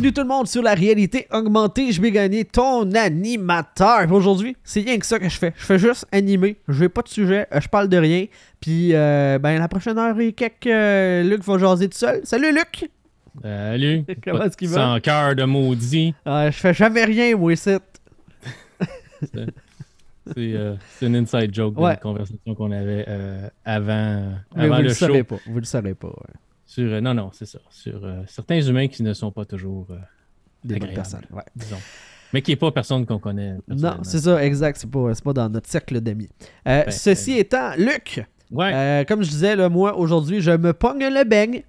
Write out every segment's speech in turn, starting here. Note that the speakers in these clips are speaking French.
Bienvenue tout le monde sur la réalité augmentée. Je vais gagner ton animateur. Aujourd'hui, c'est rien que ça que je fais. Je fais juste animer. Je n'ai pas de sujet. Je parle de rien. Puis, la prochaine heure et quelques, Luc va jaser tout seul. Salut Luc! Salut! Comment est-ce qu'il va? Sans cœur de maudit. Je fais jamais rien, moi, ici. C'est une inside joke de la conversation qu'on avait avant vous le show. Vous le saurez pas. Ouais. Sur, non, c'est ça. Sur certains humains qui ne sont pas toujours des bonnes agréables, personnes. Ouais. Disons. Mais qui n'est pas personne qu'on connaît. Non, c'est ça, exact. C'est pas dans notre cercle d'amis. Ceci étant, Luc, comme je disais, là, moi, aujourd'hui, je me pogne le beigne.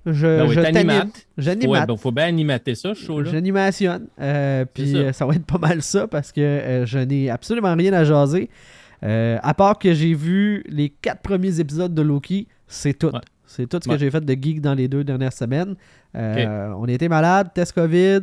J'animate. Faut bien animater ça, ce show-là. J'animationne. Puis ça va être pas mal ça parce que je n'ai absolument rien à jaser. À part que j'ai vu les 4 premiers épisodes de Loki, c'est tout. Ouais. C'est tout ce que j'ai fait de geek dans les 2 dernières semaines. On était malades, test COVID.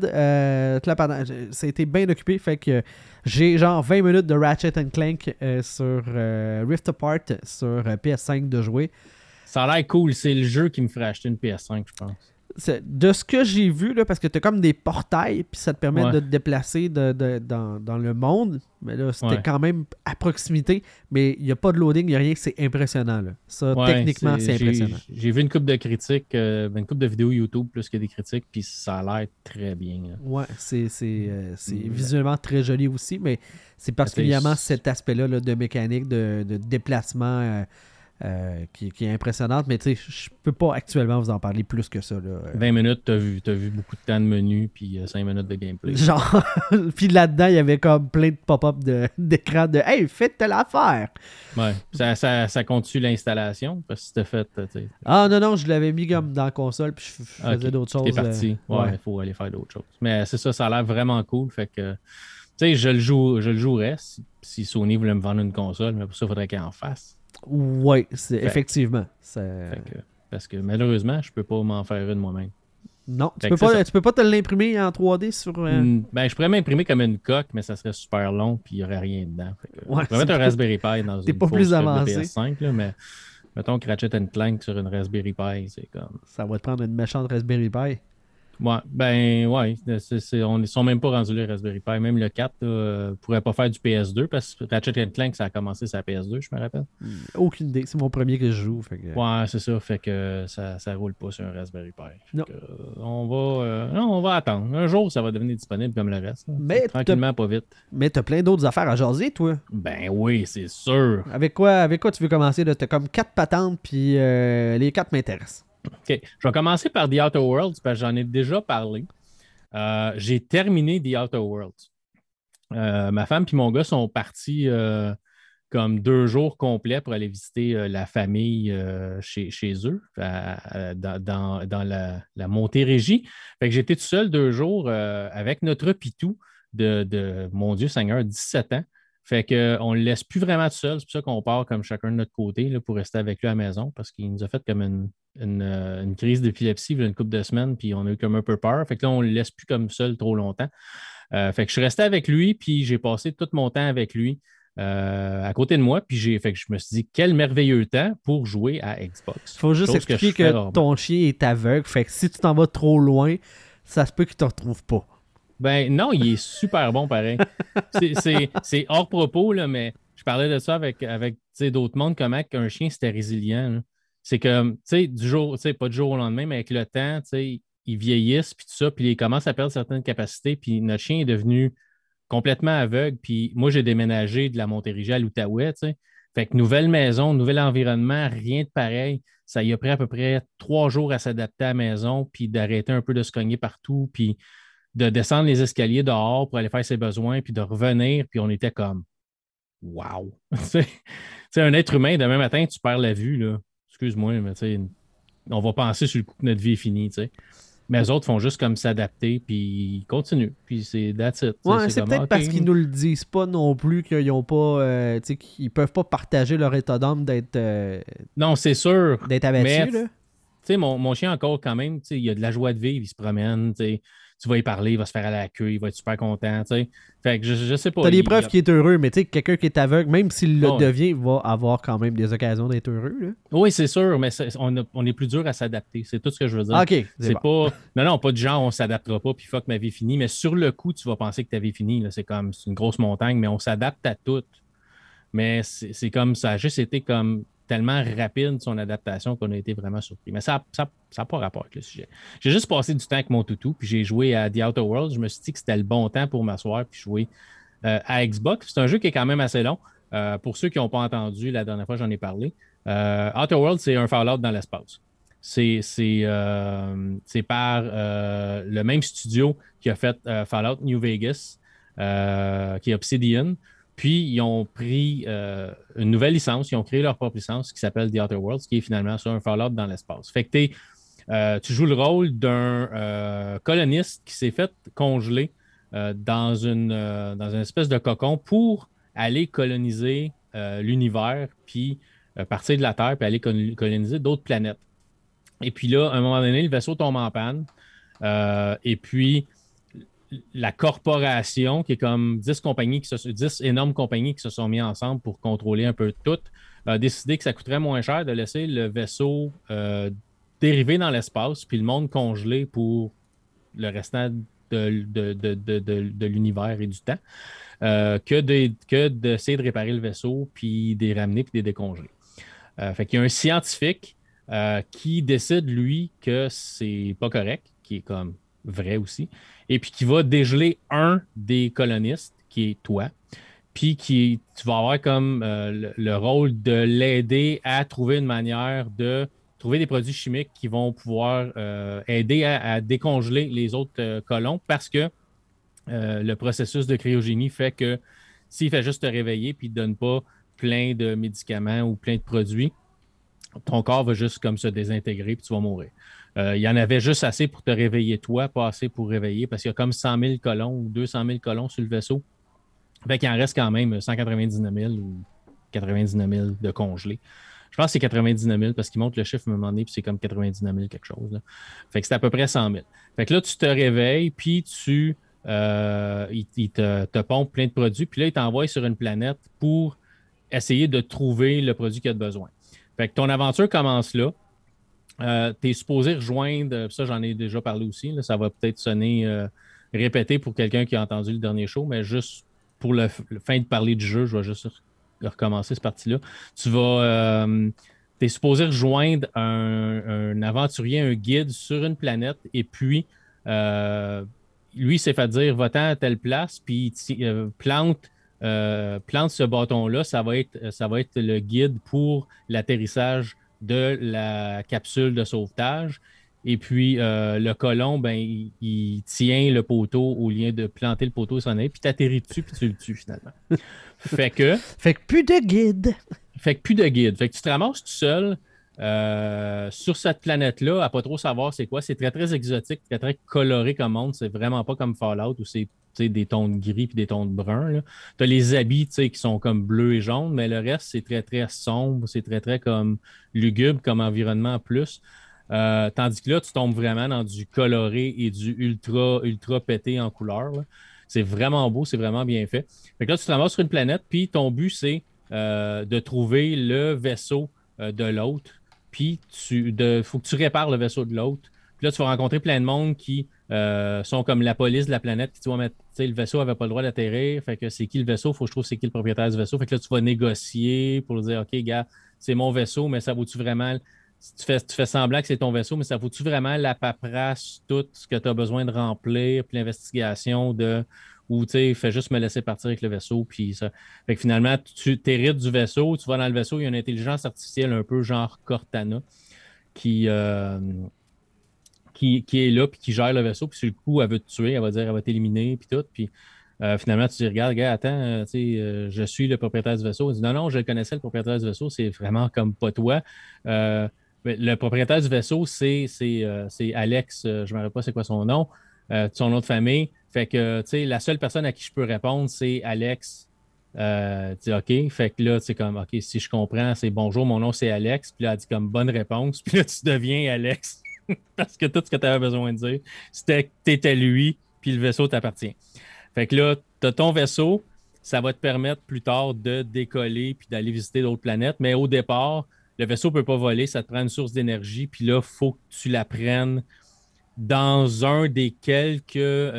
Ça a été bien occupé. Fait que j'ai genre 20 minutes de Ratchet & Clank sur Rift Apart sur PS5 de jouer. Ça a l'air cool. C'est le jeu qui me ferait acheter une PS5, je pense. De ce que j'ai vu, là, parce que tu as comme des portails, puis ça te permet de te déplacer dans le monde. Mais là, c'était quand même à proximité, mais il n'y a pas de loading, il n'y a rien, c'est impressionnant. Là. Ça, techniquement, c'est impressionnant. J'ai vu une couple de critiques, une couple de vidéos YouTube plus que des critiques, puis ça a l'air très bien. Là. Ouais, c'est visuellement très joli aussi, mais c'est particulièrement cet aspect-là là, de mécanique, de déplacement. Qui est impressionnante, mais tu sais, je peux pas actuellement vous en parler plus que ça. Là. 20 minutes, t'as vu beaucoup de temps de menu, puis 5 minutes de gameplay. Genre, puis là-dedans, il y avait comme plein de pop-up d'écran de « Hey, faites telle affaire! » Ouais, ça continue l'installation, parce que c'était fait, t'sais. Ah non, je l'avais mis comme dans la console, puis je faisais d'autres choses. T'es parti, il faut aller faire d'autres choses. Mais c'est ça a l'air vraiment cool, fait que... Tu sais, je le jouerais si Sony voulait me vendre une console, mais pour ça, il faudrait qu'il en fasse. Oui, effectivement. Parce que malheureusement, je peux pas m'en faire une moi-même. Non, tu peux pas te l'imprimer en 3D sur... je pourrais m'imprimer comme une coque, mais ça serait super long puis il n'y aurait rien dedans. Je pourrais mettre un Raspberry Pi dans une fausse PS5, là, mais mettons que Ratchet & Clank sur une Raspberry Pi, c'est comme... Ça va te prendre une méchante Raspberry Pi. Ouais, on ne sont même pas rendus les Raspberry Pi. Même le 4 ne pourrait pas faire du PS2 parce que Ratchet & Clank, ça a commencé sur la PS2, je me rappelle. Aucune idée. C'est mon premier que je joue. Fait que... Ouais, c'est ça. Fait que ça roule pas sur un Raspberry Pi. Non. On va attendre. Un jour, ça va devenir disponible comme le reste. Mais tranquillement, pas vite. Mais t'as plein d'autres affaires à jaser, toi. Ben oui, c'est sûr. Avec quoi tu veux commencer? T'as comme 4 patentes, puis les 4 m'intéressent. OK. Je vais commencer par The Outer Worlds parce que j'en ai déjà parlé. J'ai terminé The Outer Worlds. Ma femme et mon gars sont partis comme 2 jours complets pour aller visiter la famille chez eux, dans la Montérégie. Fait que j'étais tout seul 2 jours avec notre pitou de mon Dieu Seigneur, 17 ans. Fait qu'on ne le laisse plus vraiment tout seul. C'est pour ça qu'on part comme chacun de notre côté là, pour rester avec lui à la maison parce qu'il nous a fait comme une crise d'épilepsie il y a une couple de semaines, puis on a eu comme un peu peur. Fait que là, on ne le laisse plus comme seul trop longtemps. Fait que je suis resté avec lui, puis j'ai passé tout mon temps avec lui à côté de moi, puis fait que je me suis dit, quel merveilleux temps pour jouer à Xbox. Il faut juste expliquer que ton chien est aveugle, fait que si tu t'en vas trop loin, ça se peut qu'il ne te retrouve pas. Ben non, il est super bon pareil. C'est hors propos, là, mais je parlais de ça avec d'autres mondes, comment qu'un chien, c'était résilient. Là. C'est que, pas du jour au lendemain, mais avec le temps, ils vieillissent, puis tout ça, puis ils commencent à perdre certaines capacités, puis notre chien est devenu complètement aveugle, puis moi, j'ai déménagé de la Montérégie à l'Outaouais, Fait que nouvelle maison, nouvel environnement, rien de pareil. Ça y a pris à peu près 3 jours à s'adapter à la maison, puis d'arrêter un peu de se cogner partout, puis de descendre les escaliers dehors pour aller faire ses besoins, puis de revenir, puis on était comme « Wow! » Un être humain, demain matin, tu perds la vue, là. Excuse-moi, mais on va penser sur le coup que notre vie est finie, Mais les autres font juste comme s'adapter, puis ils continuent, puis c'est that's it. Ouais, c'est peut-être parce qu'ils nous le disent pas non plus qu'ils n'ont pas, qu'ils peuvent pas partager leur état d'âme d'être... non, c'est sûr. D'être abattus, là. sais, mon chien encore quand même, tu sais, il a de la joie de vivre, il se promène, tu vas y parler, il va se faire à la queue, il va être super content, tu sais. Fait que je sais pas. T'as des preuves qu'il est heureux, mais tu sais, quelqu'un qui est aveugle, même s'il le Oh, devient, va avoir quand même des occasions d'être heureux. Là. oui, c'est sûr, mais on est plus dur à s'adapter. C'est tout ce que je veux dire. OK, c'est bon. pas. Non, pas du genre on s'adaptera pas, puis fuck, ma vie finie. Mais sur le coup, tu vas penser que ta vie finie. Là. C'est une grosse montagne, mais on s'adapte à tout. Mais c'est comme ça a juste été comme tellement rapide son adaptation qu'on a été vraiment surpris. Mais ça n'a pas rapport avec le sujet. J'ai juste passé du temps avec mon toutou, puis j'ai joué à The Outer Worlds. Je me suis dit que c'était le bon temps pour m'asseoir puis jouer à Xbox. C'est un jeu qui est quand même assez long. Pour ceux qui n'ont pas entendu, la dernière fois, j'en ai parlé. Outer Worlds, c'est un Fallout dans l'espace. C'est par le même studio qui a fait Fallout New Vegas, qui est Obsidian. Puis, ils ont pris une nouvelle licence, ils ont créé leur propre licence qui s'appelle The Outer Worlds, qui est finalement sur un Fallout dans l'espace. Fait que tu joues le rôle d'un coloniste qui s'est fait congeler dans une espèce de cocon pour aller coloniser l'univers, puis partir de la Terre, puis aller coloniser d'autres planètes. Et puis là, à un moment donné, le vaisseau tombe en panne. Et puis, la corporation, qui est comme 10 énormes compagnies qui se sont mis ensemble pour contrôler un peu tout, a décidé que ça coûterait moins cher de laisser le vaisseau dériver dans l'espace, puis le monde congelé pour le restant de l'univers et du temps, que d'essayer de réparer le vaisseau, puis de les ramener, puis de les décongeler. Fait qu'il y a un scientifique qui décide, lui, que c'est pas correct, qui est comme vrai aussi, et puis qui va dégeler un des colonistes, qui est toi, puis tu vas avoir comme le rôle de l'aider à trouver une manière de trouver des produits chimiques qui vont pouvoir aider à décongeler les autres colons, parce que le processus de cryogénie fait que s'il fait juste te réveiller puis ne te donne pas plein de médicaments ou plein de produits, ton corps va juste comme se désintégrer puis tu vas mourir. Il y en avait juste assez pour te réveiller toi, pas assez pour réveiller, parce qu'il y a comme 100 000 colons ou 200 000 colons sur le vaisseau. Fait qu'il en reste quand même 199 000 ou 99 000 de congelés. Je pense que c'est 99 000 parce qu'il monte le chiffre à un moment donné, puis c'est comme 99 000 quelque chose. Là. Fait que c'est à peu près 100 000. Fait que là, tu te réveilles, puis il te pompe plein de produits, puis là, il t'envoie sur une planète pour essayer de trouver le produit qu'il a besoin. Fait que ton aventure commence là. Tu es supposé rejoindre, ça j'en ai déjà parlé aussi, là, ça va peut-être sonner répété pour quelqu'un qui a entendu le dernier show, mais juste pour le fin de parler du jeu, je vais juste recommencer cette partie-là. Tu es supposé rejoindre un aventurier, un guide sur une planète, et puis lui s'est fait dire va-t'en à telle place, puis plante ce bâton-là, ça va être le guide pour l'atterrissage de la capsule de sauvetage. Et puis, le colon, ben, il tient le poteau au lieu de planter le poteau sur puis t'atterris dessus, puis tu le tues finalement. Fait que plus de guide. Fait que tu te ramasses tout seul sur cette planète-là, à pas trop savoir c'est quoi. C'est très, très exotique, très, très coloré comme monde. C'est vraiment pas comme Fallout où c'est des tons de gris puis des tons de brun. Tu as les habits qui sont comme bleus et jaunes, mais le reste, c'est très, très sombre. C'est très, très comme lugubre comme environnement en plus. Tandis que là, tu tombes vraiment dans du coloré et du ultra, ultra pété en couleur. Là. C'est vraiment beau, c'est vraiment bien fait. Fait que là, tu te ramasses sur une planète, puis ton but, c'est de trouver le vaisseau de l'autre. Puis, faut que tu répares le vaisseau de l'autre. Puis là, tu vas rencontrer plein de monde qui sont comme la police de la planète. Puis tu vas mettre, le vaisseau n'avait pas le droit d'atterrir. Fait que c'est qui le vaisseau? Faut que je trouve c'est qui le propriétaire du vaisseau. Fait que là, tu vas négocier pour dire, OK, gars, c'est mon vaisseau, mais ça vaut-tu vraiment... Tu fais semblant que c'est ton vaisseau, mais ça vaut-tu vraiment la paperasse, tout ce que tu as besoin de remplir, puis l'investigation ou tu sais, fais juste me laisser partir avec le vaisseau, puis ça. Fait que finalement, tu t'hérites du vaisseau, tu vas dans le vaisseau, il y a une intelligence artificielle un peu genre Cortana qui est là, puis qui gère le vaisseau, puis sur le coup, elle veut te tuer, elle va dire, elle va t'éliminer, puis tout, puis finalement, tu dis, regarde, gars, attends, je suis le propriétaire du vaisseau. Elle dit, non, je le connaissais, le propriétaire du vaisseau, c'est vraiment comme pas toi. Le propriétaire du vaisseau, c'est Alex, je ne me rappelle pas c'est quoi son nom de famille. Fait que, la seule personne à qui je peux répondre, c'est Alex Tu dis, OK, fait que là, c'est comme, OK, si je comprends, c'est bonjour, mon nom c'est Alex. Puis là, elle dit comme bonne réponse. Puis là, tu deviens Alex. Parce que tout ce que tu avais besoin de dire, c'était que tu étais lui, puis le vaisseau t'appartient. Fait que là, tu as ton vaisseau, ça va te permettre plus tard de décoller puis d'aller visiter d'autres planètes. Mais au départ, le vaisseau ne peut pas voler, ça te prend une source d'énergie. Puis là, il faut que tu la prennes dans un des quelques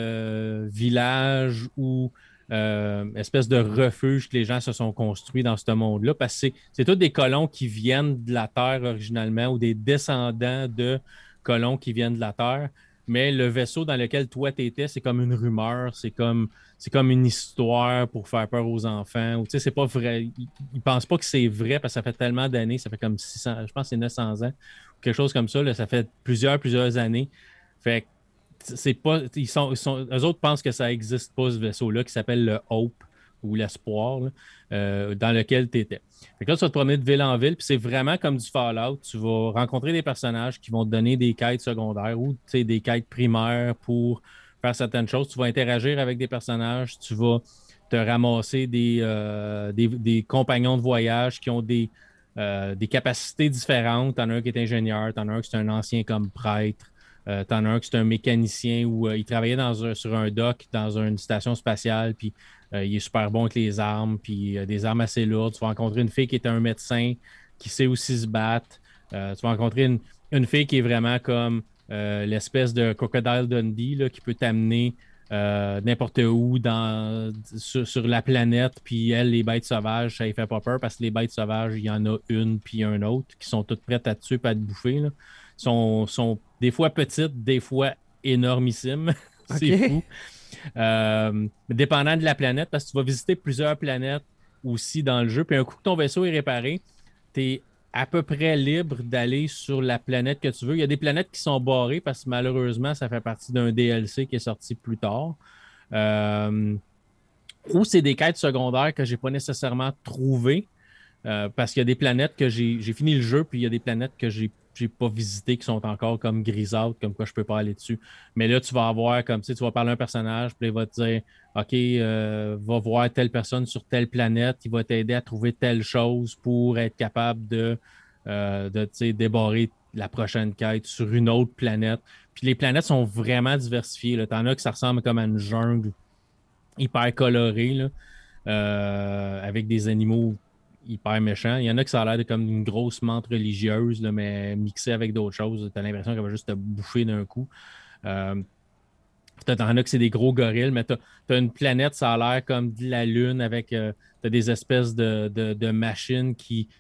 villages ou espèces de refuges que les gens se sont construits dans ce monde-là, parce que c'est tous des colons qui viennent de la Terre originalement ou des descendants de colons qui viennent de la Terre. Mais le vaisseau dans lequel toi tu étais, c'est comme une rumeur, c'est comme une histoire pour faire peur aux enfants. Ou, tu sais, c'est pas vrai. Ils ne pensent pas que c'est vrai parce que ça fait tellement d'années, ça fait comme 600, je pense que c'est 900 ans, quelque chose comme ça. Là, ça fait plusieurs années. Fait que c'est pas. Eux autres pensent que ça n'existe pas, ce vaisseau-là, qui s'appelle le Hope ou l'Espoir, là, dans lequel tu étais. Fait que là, tu vas te promener de ville en ville, puis c'est vraiment comme du Fallout. Tu vas rencontrer des personnages qui vont te donner des quêtes secondaires ou des quêtes primaires pour faire certaines choses. Tu vas interagir avec des personnages, tu vas te ramasser des compagnons de voyage qui ont des capacités différentes. T'en as un qui est ingénieur, t'en as un qui est un ancien comme prêtre. T'en as un qui est un mécanicien où il travaillait sur un dock dans une station spatiale, puis il est super bon avec les armes, puis des armes assez lourdes. Tu vas rencontrer une fille qui est un médecin qui sait aussi se battre. Tu vas rencontrer une fille qui est vraiment comme l'espèce de Crocodile Dundee là, qui peut t'amener n'importe où sur la planète, puis elle, les bêtes sauvages, ça ne fait pas peur parce que les bêtes sauvages, il y en a une puis un autre qui sont toutes prêtes à te tuer et à te bouffer. Là. Sont des fois petites, des fois énormissimes. C'est fou. Dépendant de la planète, parce que tu vas visiter plusieurs planètes aussi dans le jeu. Puis un coup que ton vaisseau est réparé, tu es à peu près libre d'aller sur la planète que tu veux. Il y a des planètes qui sont barrées parce que malheureusement, ça fait partie d'un DLC qui est sorti plus tard. Ou c'est des quêtes secondaires que je n'ai pas nécessairement trouvées. Parce qu'il y a des planètes que j'ai fini le jeu, puis il y a des planètes que j'ai pas visitées qui sont encore comme grisâtres, comme quoi je peux pas aller dessus. Mais là, tu vas avoir comme tu vas parler à un personnage, puis il va te dire OK, va voir telle personne sur telle planète, il va t'aider à trouver telle chose pour être capable de débarrer la prochaine quête sur une autre planète. Puis les planètes sont vraiment diversifiées. T'en as que ça ressemble comme à une jungle hyper colorée, là, avec des animaux hyper méchant. Il y en a qui ça a l'air de comme une grosse menthe religieuse, là, mais mixée avec d'autres choses. Tu as l'impression qu'elle va juste te bouffer d'un coup. T'en as que c'est des gros gorilles, mais t'as une planète, ça a l'air comme de la Lune avec t'as des espèces de machines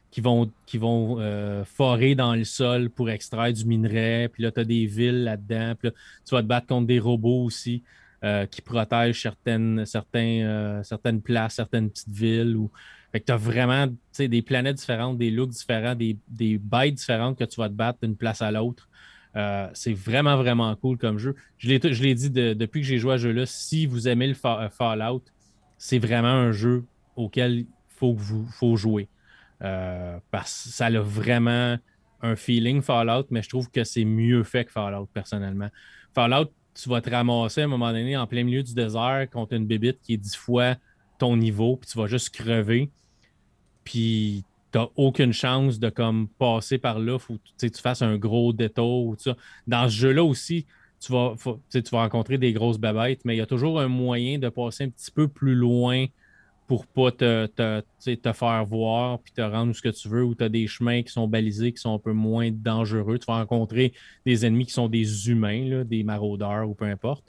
qui vont forer dans le sol pour extraire du minerai. Puis là, tu as des villes là-dedans. Puis là, tu vas te battre contre des robots aussi qui protègent certaines places, certaines petites villes. Fait que tu as vraiment des planètes différentes, des looks différents, des bêtes différentes que tu vas te battre d'une place à l'autre. C'est vraiment, vraiment cool comme jeu. Je l'ai dit depuis que j'ai joué à ce jeu-là, si vous aimez le Fallout, c'est vraiment un jeu auquel il faut jouer. Parce que ça a vraiment un feeling Fallout, mais je trouve que c'est mieux fait que Fallout, personnellement. Fallout, tu vas te ramasser à un moment donné en plein milieu du désert contre une bébite qui est 10 fois ton niveau, puis tu vas juste crever. Puis t'as aucune chance de comme passer par là, faut que tu fasses un gros détour ou tout ça. Dans ce jeu-là aussi, tu vas rencontrer des grosses babettes, mais il y a toujours un moyen de passer un petit peu plus loin pour pas te faire voir puis te rendre où ce que tu veux, où tu as des chemins qui sont balisés, qui sont un peu moins dangereux. Tu vas rencontrer des ennemis qui sont des humains, là, des maraudeurs ou peu importe,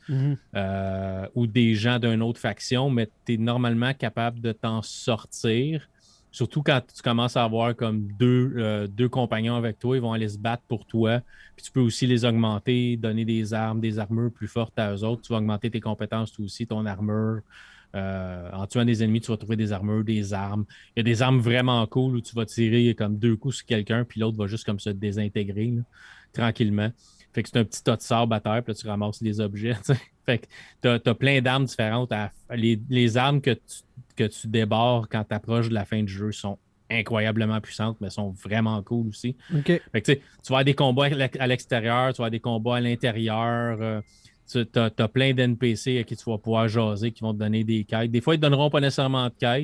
ou des gens d'une autre faction, mais tu es normalement capable de t'en sortir. Surtout quand tu commences à avoir comme deux compagnons avec toi, ils vont aller se battre pour toi. Puis tu peux aussi les augmenter, donner des armes, des armures plus fortes à eux autres. Tu vas augmenter tes compétences toi aussi, ton armure. En tuant des ennemis, tu vas trouver des armures, des armes. Il y a des armes vraiment cool où tu vas tirer comme 2 coups sur quelqu'un, puis l'autre va juste comme se désintégrer là, tranquillement. Fait que c'est un petit tas de sable à terre, puis là, tu ramasses les objets. T'sais. Fait que tu as plein d'armes différentes. Les armes que tu débarres quand tu approches de la fin du jeu sont incroyablement puissantes, mais sont vraiment cool aussi. Okay. Fait que, tu vas avoir des combats à l'extérieur, tu vas avoir des combats à l'intérieur. Tu as plein d'NPC à qui tu vas pouvoir jaser, qui vont te donner des quêtes. Des fois, ils ne te donneront pas nécessairement de quêtes,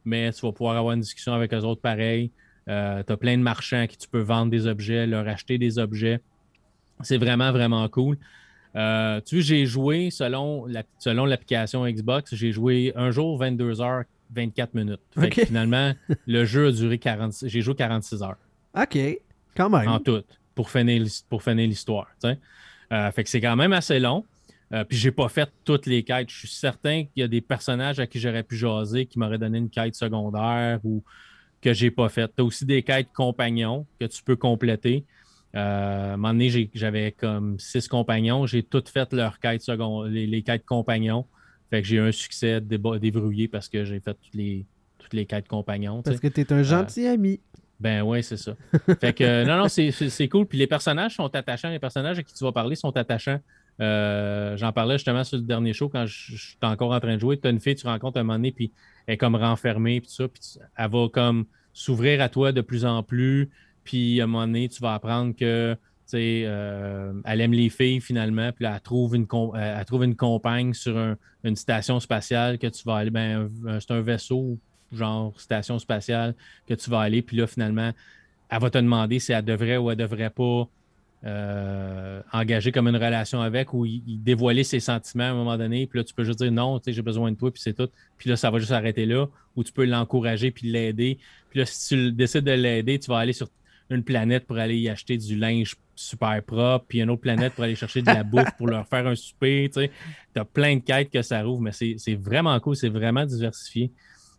mais tu vas pouvoir avoir une discussion avec eux autres pareil. Tu as plein de marchands à qui tu peux vendre des objets, leur acheter des objets. C'est vraiment, vraiment cool. Tu vois, j'ai joué selon l'application Xbox, j'ai joué un jour 22 heures, 24 minutes. Fait que finalement, le jeu a duré 46. J'ai joué 46 heures. OK, quand même. En tout, pour finir l'histoire. Fait que c'est quand même assez long. Puis j'ai pas fait toutes les quêtes. Je suis certain qu'il y a des personnages à qui j'aurais pu jaser qui m'auraient donné une quête secondaire ou que j'ai pas faite. Tu as aussi des quêtes compagnons que tu peux compléter. À un moment donné, j'avais comme 6 compagnons. J'ai toutes fait leurs quêtes les quêtes compagnons. Fait que j'ai eu un succès débrouillé parce que j'ai fait toutes les quêtes compagnons. Parce que tu es un gentil ami. Ben oui, c'est ça. Fait que non, c'est cool. Puis les personnages sont attachants. Les personnages à qui tu vas parler sont attachants. J'en parlais justement sur le dernier show quand je suis encore en train de jouer. Tu as une fille, tu rencontres un moment donné, puis elle est comme renfermée, puis tout ça. Puis elle va comme s'ouvrir à toi de plus en plus. Puis à un moment donné, tu vas apprendre que elle aime les filles finalement. Puis là, elle trouve une compagne sur une station spatiale que tu vas aller. Ben, c'est un vaisseau, genre station spatiale, que tu vas aller. Puis là, finalement, elle va te demander si elle devrait ou elle devrait pas engager comme une relation avec ou il dévoiler ses sentiments à un moment donné. Puis là, tu peux juste dire non, tu sais, j'ai besoin de toi, puis c'est tout. Puis là, ça va juste arrêter là. Ou tu peux l'encourager puis l'aider. Puis là, si tu décides de l'aider, tu vas aller sur une planète pour aller y acheter du linge super propre, puis une autre planète pour aller chercher de la bouffe pour leur faire un souper. Tu as plein de quêtes que ça rouvre, mais c'est vraiment cool, c'est vraiment diversifié.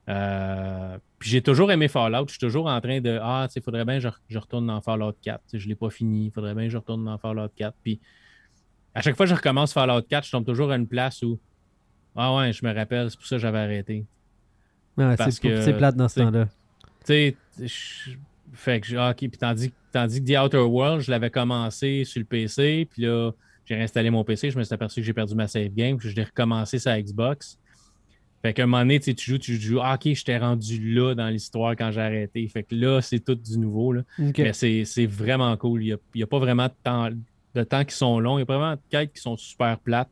Puis j'ai toujours aimé Fallout. Je suis toujours en train de il faudrait bien que je retourne dans Fallout 4. Je ne l'ai pas fini. Il faudrait bien que je retourne dans Fallout 4. Puis à chaque fois que je recommence Fallout 4, je tombe toujours à une place où ah ouais, je me rappelle, c'est pour ça que j'avais arrêté. Ouais, c'est plate dans ce temps-là. Tu sais, fait que OK, puis tandis que The Outer World, je l'avais commencé sur le PC, puis là, j'ai réinstallé mon PC, je me suis aperçu que j'ai perdu ma save game, puis je l'ai recommencé sur Xbox. Fait qu'à un moment donné, tu joues, OK, je t'ai rendu là dans l'histoire quand j'ai arrêté. Fait que là, c'est tout du nouveau. Là. Okay. Mais c'est vraiment cool. Il n'y a pas vraiment de temps qui sont longs. Il y a pas vraiment de quêtes qui sont super plates.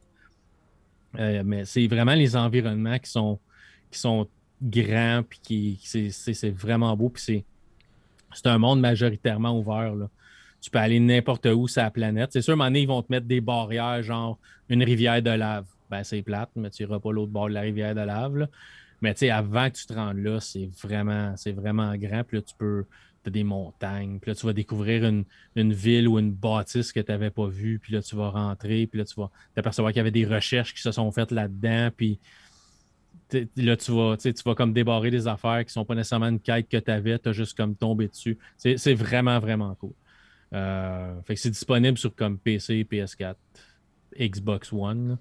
Mais c'est vraiment les environnements qui sont grands, puis c'est vraiment beau. Puis c'est un monde majoritairement ouvert. Là. Tu peux aller n'importe où sur la planète. C'est sûr, à un moment donné, ils vont te mettre des barrières, genre une rivière de lave. Ben, c'est plate, mais tu n'iras pas l'autre bord de la rivière de lave. Là. Mais tu sais, avant que tu te rendes là, c'est vraiment grand. Puis là, tu as des montagnes. Puis là, tu vas découvrir une ville ou une bâtisse que tu n'avais pas vue. Puis là, tu vas rentrer. Puis là, tu vas t'apercevoir qu'il y avait des recherches qui se sont faites là-dedans. Puis là, tu vas comme débarrer des affaires qui ne sont pas nécessairement une quête que tu avais. Tu as juste comme tombé dessus. C'est vraiment, vraiment cool. Fait que c'est disponible sur comme PC, PS4, Xbox One.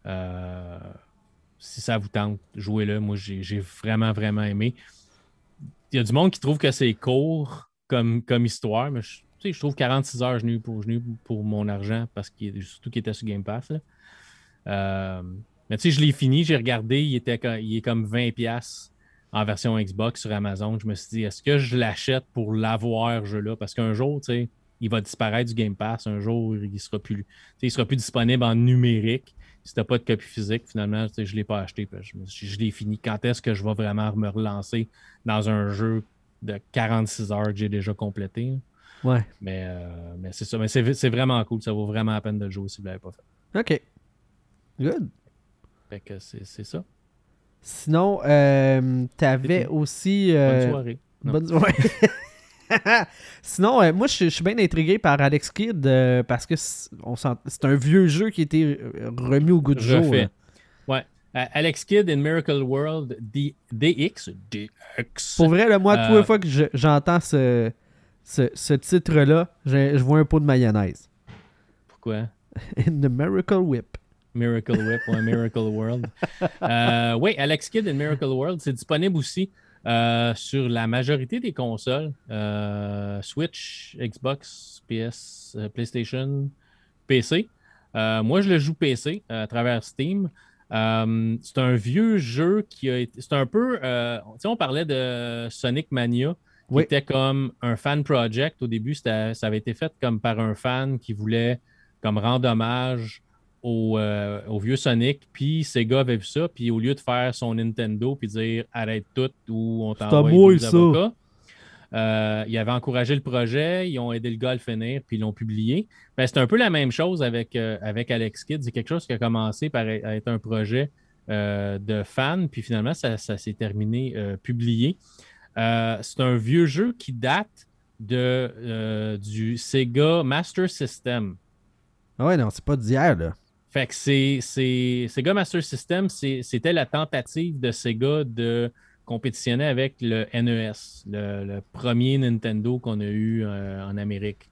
Si ça vous tente, jouez-le. Moi, j'ai vraiment, vraiment aimé. Il y a du monde qui trouve que c'est court comme histoire, mais je trouve 46 heures, je n'ai eu pour mon argent parce surtout qu'il était sur Game Pass. Mais tu sais, je l'ai fini, j'ai regardé, il est comme 20$ en version Xbox sur Amazon. Je me suis dit, est-ce que je l'achète pour l'avoir, ce jeu-là? Parce qu'un jour, tu sais, il va disparaître du Game Pass. Un jour, il sera plus disponible en numérique. Si tu n'as pas de copie physique, finalement, je ne l'ai pas acheté. Je l'ai fini. Quand est-ce que je vais vraiment me relancer dans un jeu de 46 heures que j'ai déjà complété? Ouais. Mais c'est ça. Mais c'est vraiment cool. Ça vaut vraiment la peine de le jouer si vous ne l'avez pas fait. OK. Good. Fait que c'est ça. Sinon, t'avais aussi... Bonne soirée. Bonne soirée. Sinon, moi, je suis bien intrigué par Alex Kidd parce que c'est un vieux jeu qui a été remis au goût du jour. Ouais. Alex Kidd in Miracle World DX. Pour vrai, moi, toutes les fois que j'entends ce titre-là, je vois un pot de mayonnaise. Pourquoi? In the Miracle Whip. Miracle Whip ou Miracle World. Oui, Alex Kidd in Miracle World, c'est disponible aussi sur la majorité des consoles. Switch, Xbox, PS, PlayStation, PC. Moi, je le joue PC à travers Steam. C'est un vieux jeu qui a été... C'est un peu... on parlait de Sonic Mania, qui était comme un fan project. Au début, ça avait été fait comme par un fan qui voulait comme rendre hommage au vieux Sonic, puis Sega avait vu ça, puis au lieu de faire son Nintendo puis dire arrête tout ou on t'envoie 12 avocats, ils avaient encouragé le projet, ils ont aidé le gars à le finir, puis ils l'ont publié. Ben, c'est un peu la même chose avec Alex Kidd. C'est quelque chose qui a commencé par être un projet de fans, puis finalement, ça s'est terminé publié. C'est un vieux jeu qui date du Sega Master System. Ah ouais, non, c'est pas d'hier, là. Fait que Sega Master System, c'était la tentative de Sega de compétitionner avec le NES, le premier Nintendo qu'on a eu en Amérique.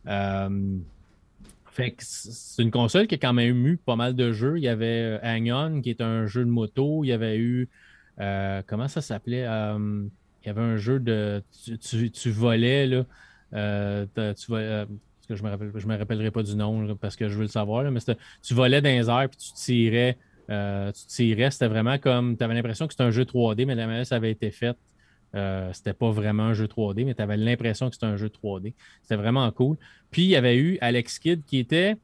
Fait que c'est une console qui a quand même eu pas mal de jeux. Il y avait Hang On, qui est un jeu de moto. Il y avait eu, comment ça s'appelait? Il y avait un jeu de... Tu volais, là. Parce que je me rappellerai pas du nom là, parce que je veux le savoir, là, mais tu volais dans les airs puis tu tirais. C'était vraiment comme. Tu avais l'impression que c'était un jeu 3D, mais la manière ça avait été fait, c'était pas vraiment un jeu 3D, mais tu avais l'impression que c'était un jeu 3D. C'était vraiment cool. Puis il y avait eu Alex Kidd qui était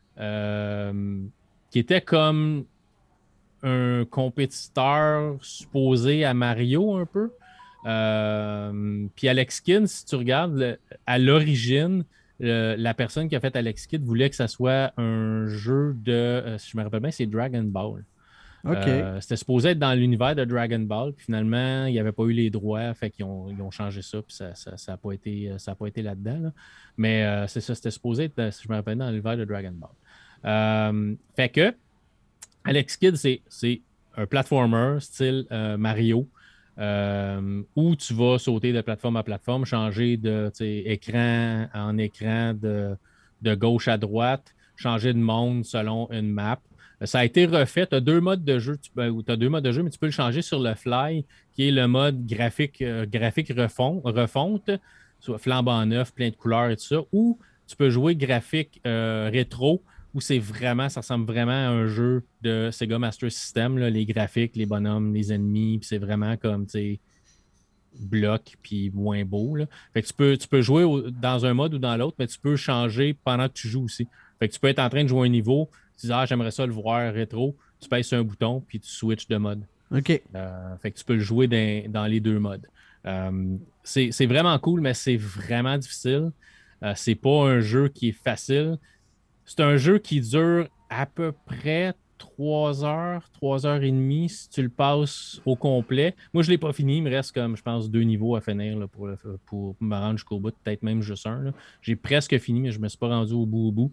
comme un compétiteur supposé à Mario un peu. Puis Alex Kidd, si tu regardes, à l'origine, la personne qui a fait Alex Kidd voulait que ça soit un jeu de, si je me rappelle bien, c'est Dragon Ball. OK. C'était supposé être dans l'univers de Dragon Ball, puis finalement, il n'y avait pas eu les droits, fait qu'ils ont changé ça, puis ça n'a pas été là-dedans. Là. Mais c'est ça, c'était supposé être, si je me rappelle, dans l'univers de Dragon Ball. Fait que Alex Kidd, c'est un platformer style Mario, où tu vas sauter de plateforme à plateforme, changer de écran en écran de gauche à droite, changer de monde selon une map. Ça a été refait. Tu as deux modes de jeu, mais tu peux le changer sur le fly, qui est le mode graphique refonte, soit flambant neuf, plein de couleurs et tout ça, ou tu peux jouer graphique rétro, où ça ressemble vraiment à un jeu de Sega Master System, là, les graphiques, les bonhommes, les ennemis, puis c'est vraiment comme, tu sais, bloc puis moins beau. Là. Fait que tu peux jouer dans un mode ou dans l'autre, mais tu peux changer pendant que tu joues aussi. Fait que tu peux être en train de jouer un niveau, tu dis j'aimerais ça le voir rétro, tu pèses sur un bouton puis tu switches de mode. OK. Fait que tu peux le jouer dans les deux modes. C'est vraiment cool, mais c'est vraiment difficile. C'est pas un jeu qui est facile. C'est un jeu qui dure à peu près 3 heures et demie si tu le passes au complet. Moi, je ne l'ai pas fini. Il me reste comme, je pense, 2 niveaux à finir là, pour me rendre jusqu'au bout. Peut-être même juste un. Là. J'ai presque fini, mais je ne me suis pas rendu au bout.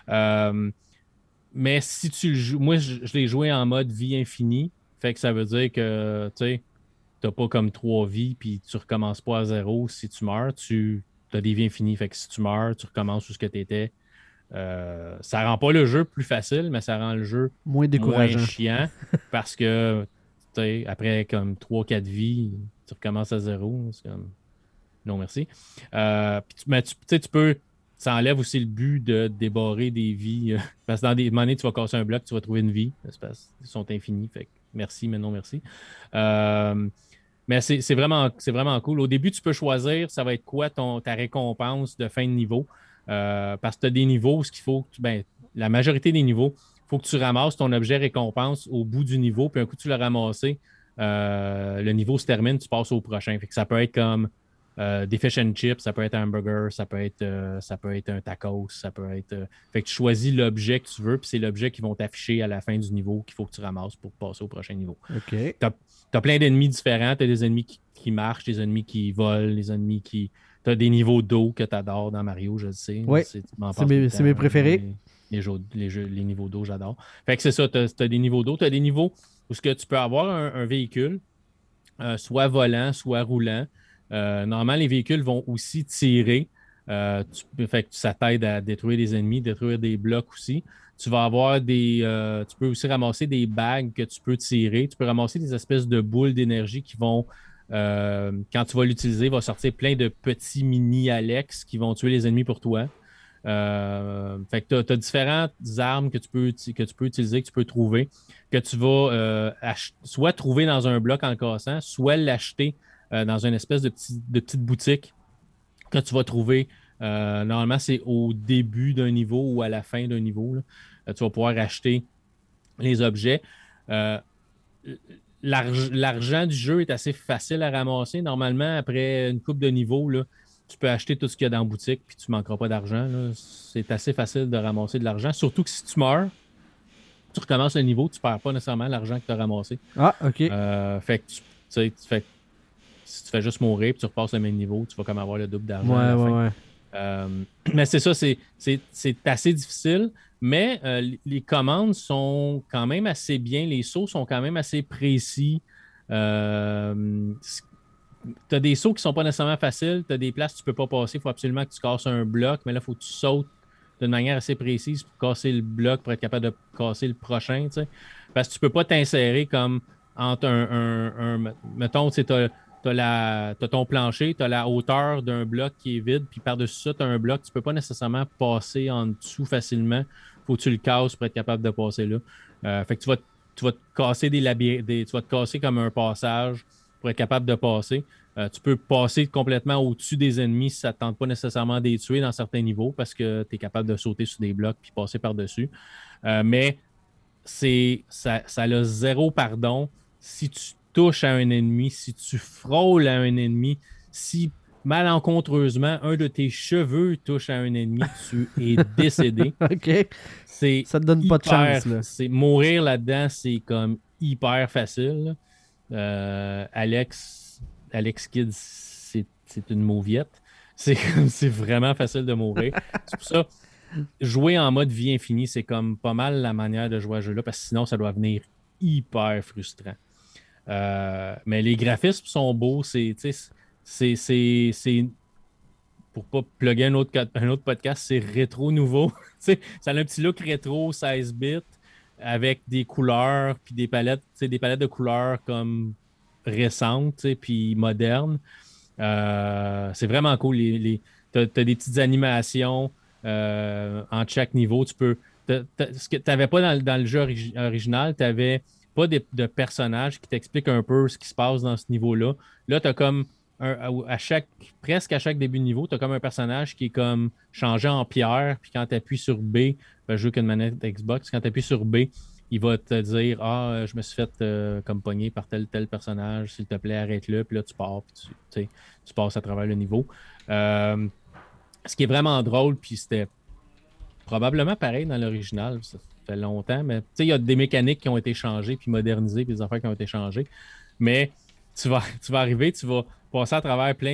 Mais si tu le joues, moi, je l'ai joué en mode vie infinie. Fait que ça veut dire que tu n'as pas comme 3 vies puis tu recommences pas à zéro. Si tu meurs, tu as des vies infinies. Fait que si tu meurs, tu recommences où ce que tu étais. Ça rend pas le jeu plus facile, mais ça rend le jeu moins décourageant. moins chiant parce que après comme 3-4 vies, tu recommences à zéro. C'est comme non merci. Mais tu peux. Ça enlève aussi le but de débarrer des vies. Parce que dans des moments donné, tu vas casser un bloc, tu vas trouver une vie. Ils sont infinis. Fait que merci, mais non merci. Mais c'est vraiment cool. Au début, tu peux choisir ça va être quoi ta récompense de fin de niveau. Parce que tu as des niveaux où la majorité des niveaux, il faut que tu ramasses ton objet récompense au bout du niveau, puis un coup tu l'as ramassé, le niveau se termine, tu passes au prochain. Fait que ça peut être comme des fish and chips, ça peut être un hamburger, ça peut être un tacos, ça peut être. Fait que tu choisis l'objet que tu veux, puis c'est l'objet qui vont t'afficher à la fin du niveau qu'il faut que tu ramasses pour passer au prochain niveau. OK. T'as plein d'ennemis différents, t'as des ennemis qui marchent, des ennemis qui volent, des ennemis qui. T'as des niveaux d'eau que t'adores dans Mario, je le sais. Oui, c'est mes préférés. Les niveaux d'eau, j'adore. Fait que c'est ça, t'as des niveaux d'eau, t'as des niveaux où ce que tu peux avoir un véhicule, soit volant, soit roulant. Normalement, les véhicules vont aussi tirer. Fait que ça t'aide à détruire des ennemis, détruire des blocs aussi. Tu vas avoir tu peux aussi ramasser des bagues que tu peux tirer. Tu peux ramasser des espèces de boules d'énergie qui vont, quand tu vas l'utiliser, va sortir plein de petits mini-Alex qui vont tuer les ennemis pour toi. Fait que tu as différentes armes que tu peux utiliser, que tu peux trouver, que tu vas soit trouver dans un bloc en le cassant, soit l'acheter dans une espèce de petite boutique que tu vas trouver. Normalement, c'est au début d'un niveau ou à la fin d'un niveau. tu vas pouvoir acheter les objets. L'argent du jeu est assez facile à ramasser. Normalement, après une coupe de niveau, là, tu peux acheter tout ce qu'il y a dans la boutique puis tu ne manqueras pas d'argent. C'est assez facile de ramasser de l'argent. Surtout que si tu meurs, tu recommences le niveau, tu ne perds pas nécessairement l'argent que tu as ramassé. Ah, OK. Fait que si tu fais juste mourir et tu repasses le même niveau, tu vas comme avoir le double d'argent à la fin. Ouais. Mais c'est ça, c'est assez difficile, mais les commandes sont quand même assez bien, les sauts sont quand même assez précis. Tu as des sauts qui ne sont pas nécessairement faciles, tu as des places que tu ne peux pas passer, il faut absolument que tu casses un bloc, mais là, il faut que tu sautes d'une manière assez précise pour casser le bloc, pour être capable de casser le prochain. T'sais. Parce que tu ne peux pas t'insérer comme entre mettons, tu as ton plancher, tu as la hauteur d'un bloc qui est vide, puis par-dessus ça, tu as un bloc, tu ne peux pas nécessairement passer en dessous facilement. Il faut que tu le casses pour être capable de passer là. Fait que tu vas te casser tu vas te casser comme un passage pour être capable de passer. Tu peux passer complètement au-dessus des ennemis si ça ne tente pas nécessairement de les tuer dans certains niveaux parce que tu es capable de sauter sur des blocs puis passer par-dessus. Mais ça a zéro pardon si tu touches à un ennemi, si tu frôles à un ennemi, si malencontreusement un de tes cheveux touche à un ennemi, tu es décédé. OK. Ça te donne pas de chance. Là. Mourir là-dedans, c'est comme hyper facile. Alex Kidd, c'est une mauviette. C'est vraiment facile de mourir. C'est pour ça, jouer en mode vie infinie, c'est comme pas mal la manière de jouer à ce jeu-là, parce que sinon, ça doit venir hyper frustrant. Mais les graphismes sont beaux. C'est pour pas plugger un autre podcast, c'est rétro nouveau. Ça a un petit look rétro 16 bits avec des couleurs puis des palettes de couleurs comme récentes puis modernes. C'est vraiment cool. T'as des petites animations en chaque niveau. Ce que tu n'avais pas dans le jeu original, tu n'avais pas de personnages qui t'expliquent un peu ce qui se passe dans ce niveau-là. Là, tu as comme presque à chaque début de niveau, tu as comme un personnage qui est comme changé en pierre, puis quand tu appuies sur B, je joue qu'une manette Xbox, quand tu appuies sur B, il va te dire je me suis fait comme pogner par tel personnage, s'il te plaît, arrête-le, puis là tu pars, puis tu passes à travers le niveau. Ce qui est vraiment drôle, puis c'était probablement pareil dans l'original, ça fait longtemps, mais il y a des mécaniques qui ont été changées, puis modernisées, puis des affaires qui ont été changées, mais tu vas arriver, tu vas passer à travers plein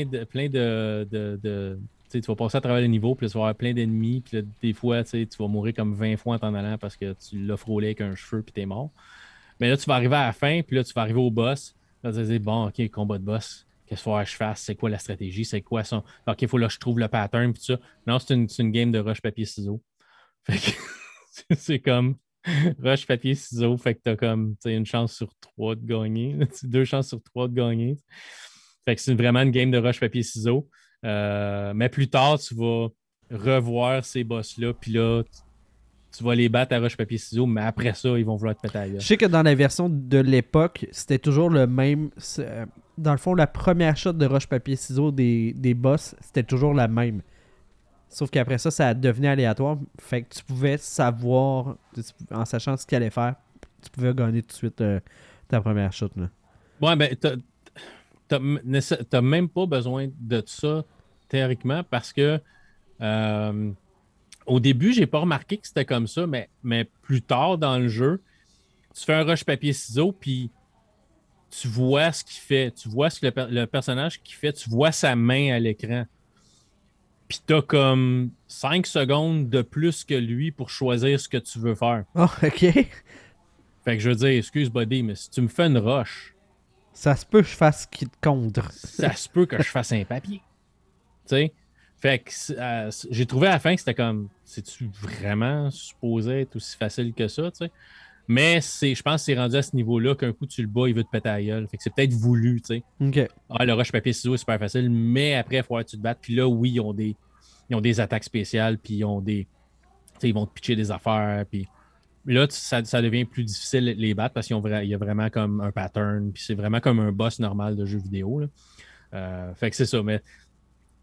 de tu vas passer à travers les niveaux, puis tu vas avoir plein d'ennemis, puis là, des fois, tu vas mourir comme 20 fois en t'en allant parce que tu l'as frôlé avec un cheveu, puis t'es mort. Mais là, tu vas arriver à la fin, puis là, tu vas arriver au boss. Là, tu vas dire, bon, OK, combat de boss, qu'est-ce qu'il faut que je fasse? C'est quoi la stratégie? C'est quoi son. OK, il faut que je trouve le pattern, puis tout ça. Non, c'est une game de roche, papier, ciseaux. Fait que c'est comme roche, papier, ciseaux. Fait que t'as comme une chance sur 3 de gagner. 2 chances sur 3 de gagner. Fait que c'est vraiment une game de roche, papier, ciseaux. Mais plus tard, tu vas revoir ces boss-là, puis là, tu vas les battre à roche, papier, ciseaux, mais après ça, ils vont vouloir te péter à gueule. Je sais que dans la version de l'époque, c'était toujours le même. Dans le fond, la première shot de roche, papier, ciseaux des boss, c'était toujours la même. Sauf qu'après ça, ça devenait aléatoire. Fait que tu pouvais savoir, en sachant ce qu'il allait faire, tu pouvais gagner tout de suite ta première shot. Là. Ouais, ben, t'as même pas besoin de ça, théoriquement, parce que au début, j'ai pas remarqué que c'était comme ça, mais plus tard dans le jeu, tu fais un rush papier-ciseaux, puis tu vois ce qu'il fait. Tu vois ce que le personnage qui fait. Tu vois sa main à l'écran. Puis t'as comme 5 secondes de plus que lui pour choisir ce que tu veux faire. Oh, OK. Fait que je veux dire, excuse buddy, mais si tu me fais une roche, ça se peut que je fasse ce qui te contre. Ça se peut que je fasse un papier. Tu sais? Fait que j'ai trouvé à la fin que c'était comme, c'est-tu vraiment supposé être aussi facile que ça, tu sais? Mais je pense que c'est rendu à ce niveau-là qu'un coup tu le bats, il veut te péter la gueule. Fait que c'est peut-être voulu, tu sais. OK. Le rush papier ciseaux est super facile, mais après, il faut que tu te battes. Puis là, oui, ils ont des attaques spéciales, puis ils ont des. Ils vont te pitcher des affaires, puis là, ça devient plus difficile les battre parce qu'il y a vraiment comme un pattern, puis c'est vraiment comme un boss normal de jeu vidéo. Là. Fait que c'est ça, mais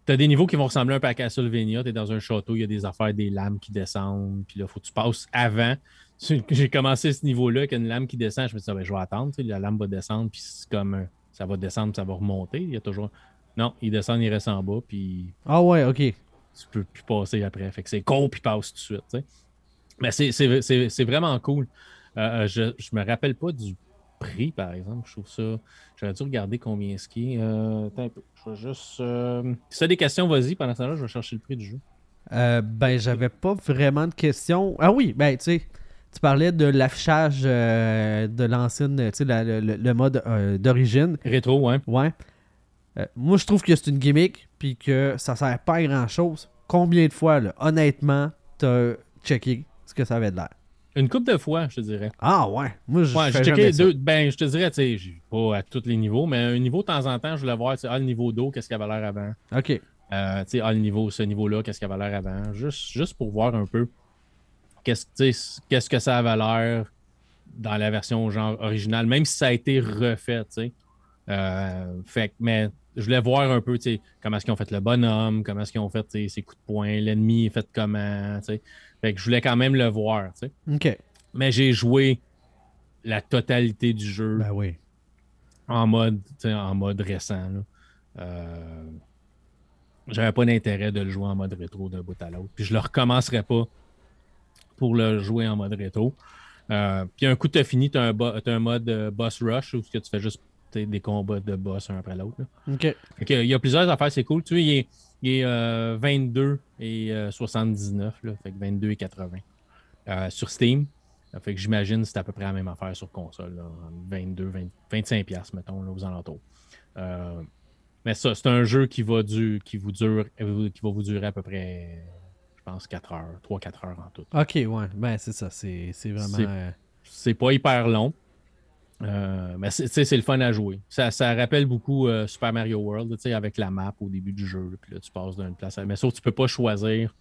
T'as des niveaux qui vont ressembler un peu à Castlevania. T'es dans un château, il y a des affaires, des lames qui descendent. Puis là, il faut que tu passes avant. J'ai commencé ce niveau-là avec une lame qui descend. Je me suis dit, je vais attendre. La lame va descendre, puis c'est comme ça va descendre, puis ça va remonter. Il y a toujours. Non, il descend, il reste en bas, puis. Ah ouais, ok. Tu peux plus passer après. Fait que c'est con, puis passe tout de suite. T'sais. Mais c'est vraiment cool. Je me rappelle pas du prix, par exemple. Je trouve ça. J'aurais dû regarder combien ce qui est. Attends un peu. Je vais juste. Si tu as des questions, vas-y. Pendant ce temps-là, je vais chercher le prix du jeu. Ben, j'avais pas vraiment de questions. Ah oui, ben, tu sais, tu parlais de l'affichage de l'ancienne, tu sais, le mode d'origine. Rétro, ouais. Ouais. Moi, je trouve que c'est une gimmick, puis que ça sert pas à grand-chose. Combien de fois, là, honnêtement, t'as checké ce que ça avait de l'air? Une couple de fois, je te dirais. Ah ouais, moi je Ouais, fais j'ai checké jamais ça. ben, je te dirais, tu sais, pas à tous les niveaux, mais un niveau de temps en temps, je voulais voir, le niveau d'eau, qu'est-ce qu'il avait l'air avant. Ok. Tu sais, ce niveau-là, qu'est-ce qu'il avait l'air avant. Juste pour voir un peu qu'est-ce que ça avait l'air dans la version genre originale, même si ça a été refait, tu sais. Mais je voulais voir un peu, tu sais, comment est-ce qu'ils ont fait le bonhomme, comment est-ce qu'ils ont fait ses coups de poing, l'ennemi est fait comment, tu sais. Fait que je voulais quand même le voir, tu sais. Ok. Mais j'ai joué la totalité du jeu Ben oui. en mode récent. J'avais pas d'intérêt de le jouer en mode rétro d'un bout à l'autre. Puis je le recommencerai pas pour le jouer en mode rétro. Puis un coup que tu as fini, tu as un mode boss rush où tu fais juste des combats de boss un après l'autre. Ok. Il y a plusieurs affaires, c'est cool. Tu sais, il est 22 et 79, là, fait que 22 et 80 sur Steam. Fait que j'imagine que c'est à peu près la même affaire sur console. Là, 22, 25 $, mettons, là, aux alentours. Mais ça, c'est un jeu qui va vous durer à peu près, je pense, 4 heures, 3-4 heures en tout. Ok, ouais. Ben c'est ça. C'est vraiment. C'est pas hyper long. Mais c'est le fun à jouer. Ça rappelle beaucoup Super Mario World, avec la map au début du jeu. Puis là, tu passes d'une place à... Mais sauf que tu peux pas choisir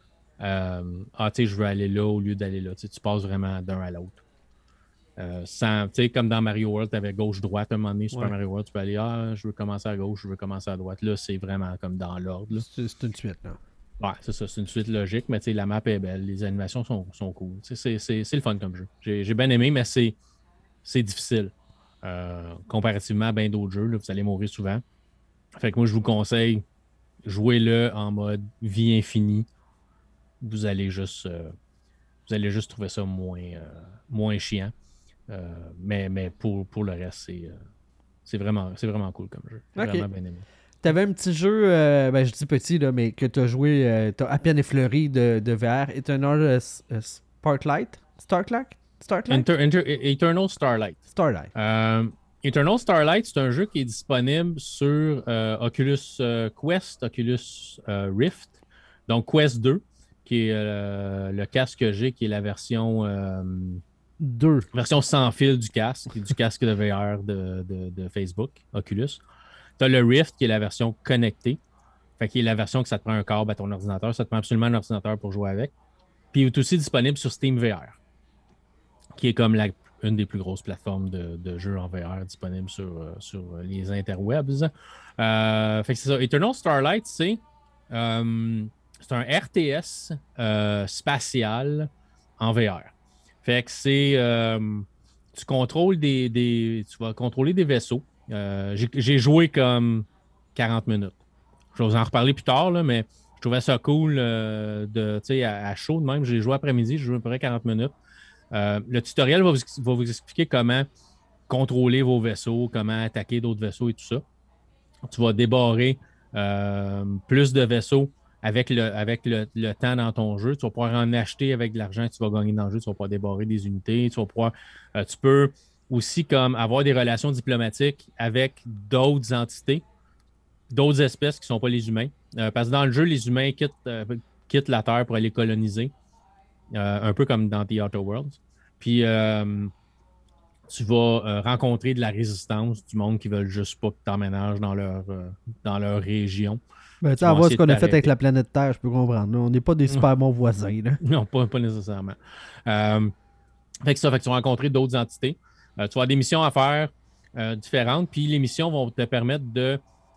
je veux aller là au lieu d'aller là. Tu passes vraiment d'un à l'autre. Comme dans Mario World, tu avais gauche-droite à un moment donné. Super Mario World, tu peux aller je veux commencer à gauche, je veux commencer à droite. Là, c'est vraiment comme dans l'ordre. C'est une suite, là. Ouais, c'est ça, c'est une suite logique, mais la map est belle, les animations sont cool. C'est le fun comme jeu. J'ai bien aimé, mais c'est difficile. Comparativement à bien d'autres jeux, là, vous allez mourir souvent. Fait que moi, je vous conseille, jouez-le en mode vie infinie. Vous allez juste trouver ça moins chiant. Mais pour le reste, c'est vraiment cool comme jeu. J'ai vraiment bien aimé. T'avais un petit jeu, je dis petit, là, mais que t'as joué, t'as à peine effleuré de VR. Eternal Starlight? Eternal Starlight. Eternal Starlight, c'est un jeu qui est disponible sur Oculus Quest, Oculus Rift. Donc Quest 2, qui est le casque que j'ai, qui est la version 2. Version sans fil du casque de VR de Facebook, Oculus. Tu as le Rift, qui est la version connectée. Fait qui est la version que ça te prend un câble à ton ordinateur. Ça te prend absolument un ordinateur pour jouer avec. Puis il est aussi disponible sur Steam VR, qui est comme une des plus grosses plateformes de jeux en VR disponibles sur les interwebs. Fait que c'est ça. Eternal Starlight, c'est un RTS spatial en VR. Fait que c'est... tu contrôles tu vas contrôler des vaisseaux. J'ai joué comme 40 minutes. Je vais vous en reparler plus tard, là, mais je trouvais ça cool à chaud de même. J'ai joué après-midi, j'ai joué à peu près 40 minutes. Le tutoriel va vous expliquer comment contrôler vos vaisseaux, comment attaquer d'autres vaisseaux et tout ça. Tu vas débarrer plus de vaisseaux avec le temps dans ton jeu. Tu vas pouvoir en acheter avec de l'argent que tu vas gagner dans le jeu. Tu vas pouvoir débarrer des unités. Tu peux aussi comme avoir des relations diplomatiques avec d'autres entités, d'autres espèces qui ne sont pas les humains. Parce que dans le jeu, les humains quittent la Terre pour aller coloniser. Un peu comme dans The Outer Worlds. Puis tu vas rencontrer de la résistance, du monde qui ne veulent juste pas que tu t'emménages dans leur région. Ben, tu vois ce qu'on a fait avec la planète Terre, je peux comprendre. Là. On n'est pas des super bons voisins. Là. Non, pas nécessairement. Fait que tu vas rencontrer d'autres entités. Tu vas avoir des missions à faire différentes, puis les missions vont te permettre de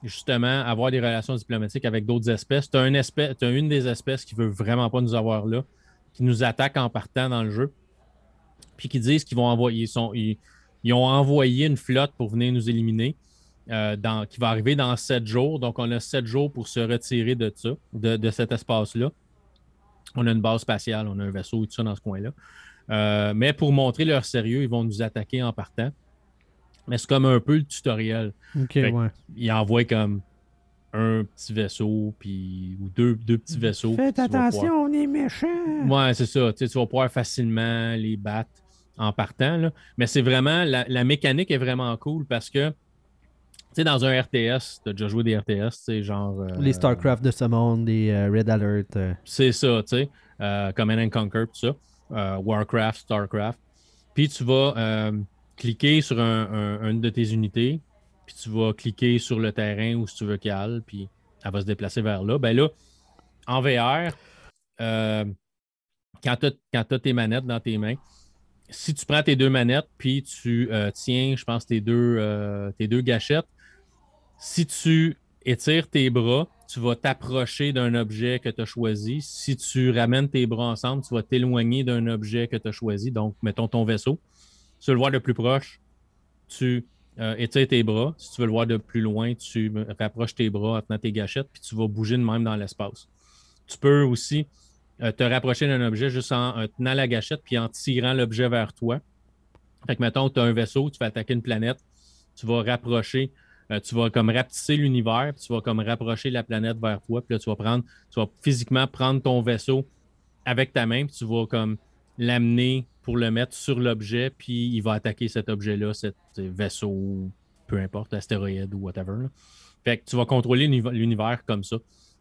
justement avoir des relations diplomatiques avec d'autres espèces. Tu as une des espèces qui veut vraiment pas nous avoir là, qui nous attaque en partant dans le jeu, puis qui disent qu'ils vont envoyer, ils ont envoyé une flotte pour venir nous éliminer, qui va arriver dans 7 jours. Donc, on a 7 jours pour se retirer de ça, de cet espace-là. On a une base spatiale, on a un vaisseau et tout ça dans ce coin-là. Mais pour montrer leur sérieux, ils vont nous attaquer en partant. Mais c'est comme un peu le tutoriel. OK, ouais. Ils envoient comme un petit vaisseau ou deux petits vaisseaux. Faites attention, on est méchants. Ouais, c'est ça. Tu vas pouvoir facilement les battre en partant. Là. Mais c'est vraiment, la mécanique est vraiment cool parce que, tu sais, dans un RTS, tu as déjà joué des RTS, tu sais, genre... les StarCraft de ce monde, des Red Alert. C'est ça, tu sais. Command & Conquer, tout ça. Warcraft, StarCraft. Puis tu vas cliquer sur une de tes unités, puis tu vas cliquer sur le terrain où si tu veux qu'elle aille, puis elle va se déplacer vers là. Ben là, en VR, quand tu as tes manettes dans tes mains, si tu prends tes deux manettes, puis tu tiens, je pense, tes deux gâchettes, si tu étires tes bras, tu vas t'approcher d'un objet que tu as choisi. Si tu ramènes tes bras ensemble, tu vas t'éloigner d'un objet que tu as choisi. Donc, mettons ton vaisseau. Si tu veux le voir de plus proche, tu étires tes bras. Si tu veux le voir de plus loin, tu rapproches tes bras en tenant tes gâchettes, puis tu vas bouger de même dans l'espace. Tu peux aussi te rapprocher d'un objet juste en tenant la gâchette puis en tirant l'objet vers toi. Fait que, mettons, tu as un vaisseau, tu vas attaquer une planète, tu vas rapprocher, tu vas comme rapetisser l'univers, puis tu vas comme rapprocher la planète vers toi, puis là, tu vas physiquement prendre ton vaisseau avec ta main, puis tu vas comme l'amener pour le mettre sur l'objet, puis il va attaquer cet objet-là, cet vaisseau, peu importe, astéroïde ou whatever. Là. Fait que tu vas contrôler l'univers comme ça.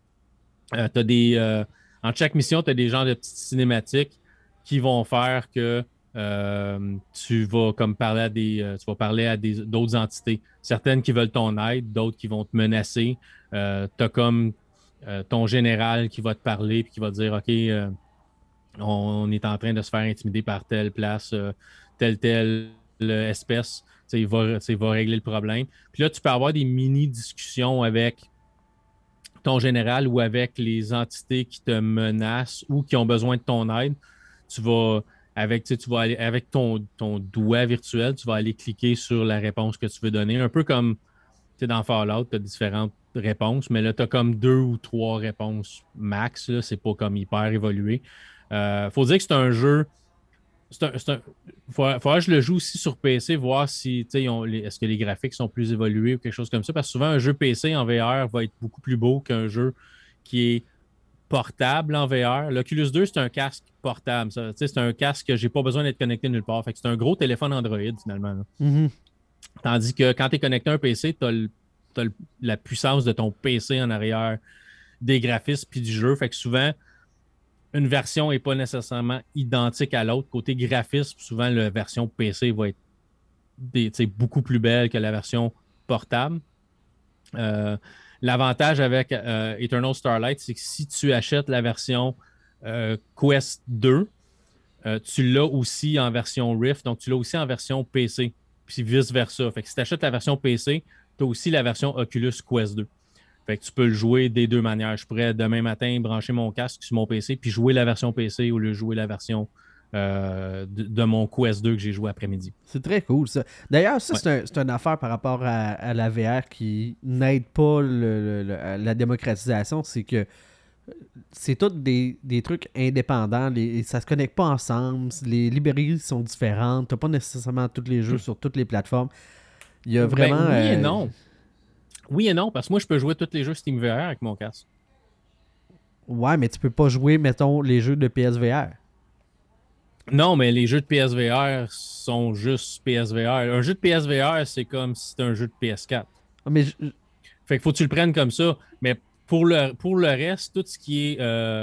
En chaque mission, tu as des genres de petites cinématiques qui vont faire que tu vas comme parler à d'autres entités. Certaines qui veulent ton aide, d'autres qui vont te menacer. Tu as comme ton général qui va te parler et qui va te dire OK, on est en train de se faire intimider par telle place, telle espèce. Il va régler le problème. Puis là, tu peux avoir des mini-discussions avec ton général ou avec les entités qui te menacent ou qui ont besoin de ton aide. Tu vas aller avec ton doigt virtuel, tu vas aller cliquer sur la réponse que tu veux donner. Un peu comme dans Fallout, tu as différentes réponses, mais là, tu as comme 2 ou 3 réponses max. Là, c'est pas comme hyper évolué. Faut dire que c'est un jeu. Faudrait que je le joue aussi sur PC, voir si est-ce que les graphiques sont plus évolués ou quelque chose comme ça. Parce que souvent, un jeu PC en VR va être beaucoup plus beau qu'un jeu qui est portable en VR. L'Oculus 2, c'est un casque portable. C'est un casque que j'ai pas besoin d'être connecté nulle part. Fait que c'est un gros téléphone Android, finalement. Mm-hmm. Tandis que quand tu es connecté à un PC, tu as la puissance de ton PC en arrière, des graphismes puis du jeu. Fait que souvent, une version n'est pas nécessairement identique à l'autre. Côté graphisme, souvent, la version PC va être beaucoup plus belle que la version portable. L'avantage avec Eternal Starlight, c'est que si tu achètes la version Quest 2, tu l'as aussi en version Rift, donc tu l'as aussi en version PC, puis vice-versa. Fait que si tu achètes la version PC, tu as aussi la version Oculus Quest 2. Fait que tu peux le jouer des deux manières. Je pourrais demain matin brancher mon casque sur mon PC puis jouer la version PC au lieu de jouer la version de mon Quest 2 que j'ai joué après-midi. C'est très cool, ça. D'ailleurs, ça, c'est une affaire par rapport à la VR qui n'aide pas la démocratisation. C'est que c'est tous des trucs indépendants. Ça se connecte pas ensemble. Les librairies sont différentes. T'as pas nécessairement tous les jeux sur toutes les plateformes. Il y a vraiment... oui et non. Oui et non, parce que moi, je peux jouer tous les jeux Steam VR avec mon casque. Ouais, mais tu peux pas jouer, mettons, les jeux de PSVR. Non, mais les jeux de PSVR sont juste PSVR. Un jeu de PSVR, c'est comme si c'était un jeu de PS4. Ah, mais fait qu'il faut que tu le prennes comme ça. Mais pour le reste, tout ce qui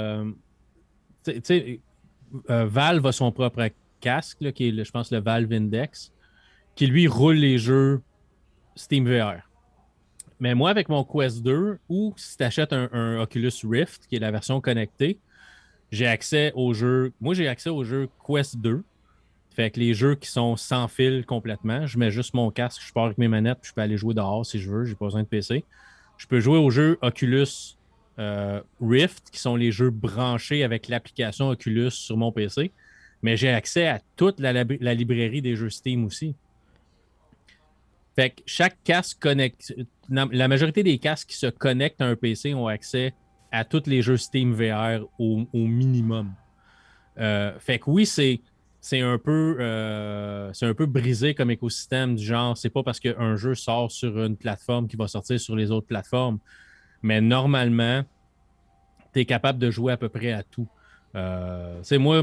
est... Valve a son propre casque, là, qui est, je pense, le Valve Index, qui, lui, roule les jeux Steam VR. Mais moi, avec mon Quest 2, ou si tu achètes un Oculus Rift, qui est la version connectée, j'ai accès au jeu. Moi, j'ai accès au jeu Quest 2. Fait que les jeux qui sont sans fil complètement, je mets juste mon casque, je pars avec mes manettes, puis je peux aller jouer dehors si je veux, j'ai pas besoin de PC. Je peux jouer aux jeux Oculus Rift, qui sont les jeux branchés avec l'application Oculus sur mon PC, mais j'ai accès à toute la librairie des jeux Steam aussi. Fait que chaque casque connecte. La majorité des casques qui se connectent à un PC ont accès à tous les jeux Steam VR au minimum. Fait que oui, c'est un peu brisé comme écosystème du genre. C'est pas parce qu'un jeu sort sur une plateforme qu'il va sortir sur les autres plateformes. Mais normalement, tu es capable de jouer à peu près à tout. Moi,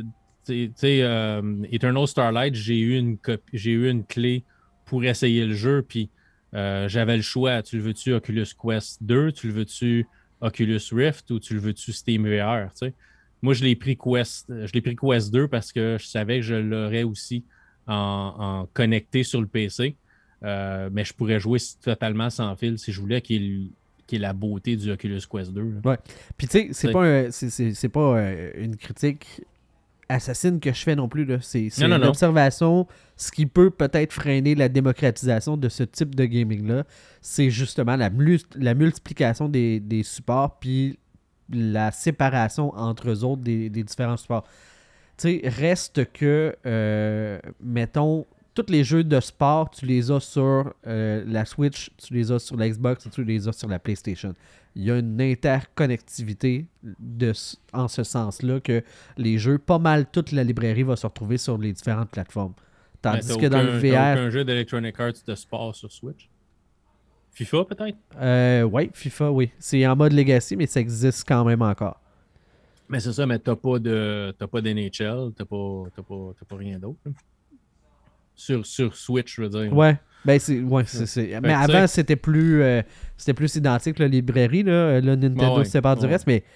Eternal Starlight, j'ai eu une clé pour essayer le jeu, puis j'avais le choix. Tu le veux-tu Oculus Quest 2, tu le veux-tu Oculus Rift ou tu le veux-tu Steam VR, t'sais? Moi, je l'ai pris Quest 2 parce que je savais que je l'aurais aussi en connecté sur le PC. Mais je pourrais jouer totalement sans fil si je voulais, qui est la beauté du Oculus Quest 2. Là. Ouais. Puis tu sais, c'est pas une critique assassine que je fais non plus. Là. C'est une observation. Ce qui peut peut-être freiner la démocratisation de ce type de gaming-là, c'est justement la multiplication des supports puis la séparation entre eux autres des différents supports. Tu sais, reste que, mettons, tous les jeux de sport, tu les as sur la Switch, tu les as sur la Xbox, tu les as sur la PlayStation. Il y a une interconnectivité en ce sens-là que les jeux, pas mal toute la librairie va se retrouver sur les différentes plateformes. Tandis que dans le VR... T'as aucun jeu d'Electronic Arts de sport sur Switch? FIFA, peut-être? Oui, FIFA, oui. C'est en mode Legacy, mais ça existe quand même encore. Mais c'est ça, mais t'as pas d'NHL, t'as pas rien d'autre. Sur Switch, je veux dire. Ouais. Ben c'est. Mais avant, c'était plus identique, la librairie. Là, Nintendo se sépare du reste, mais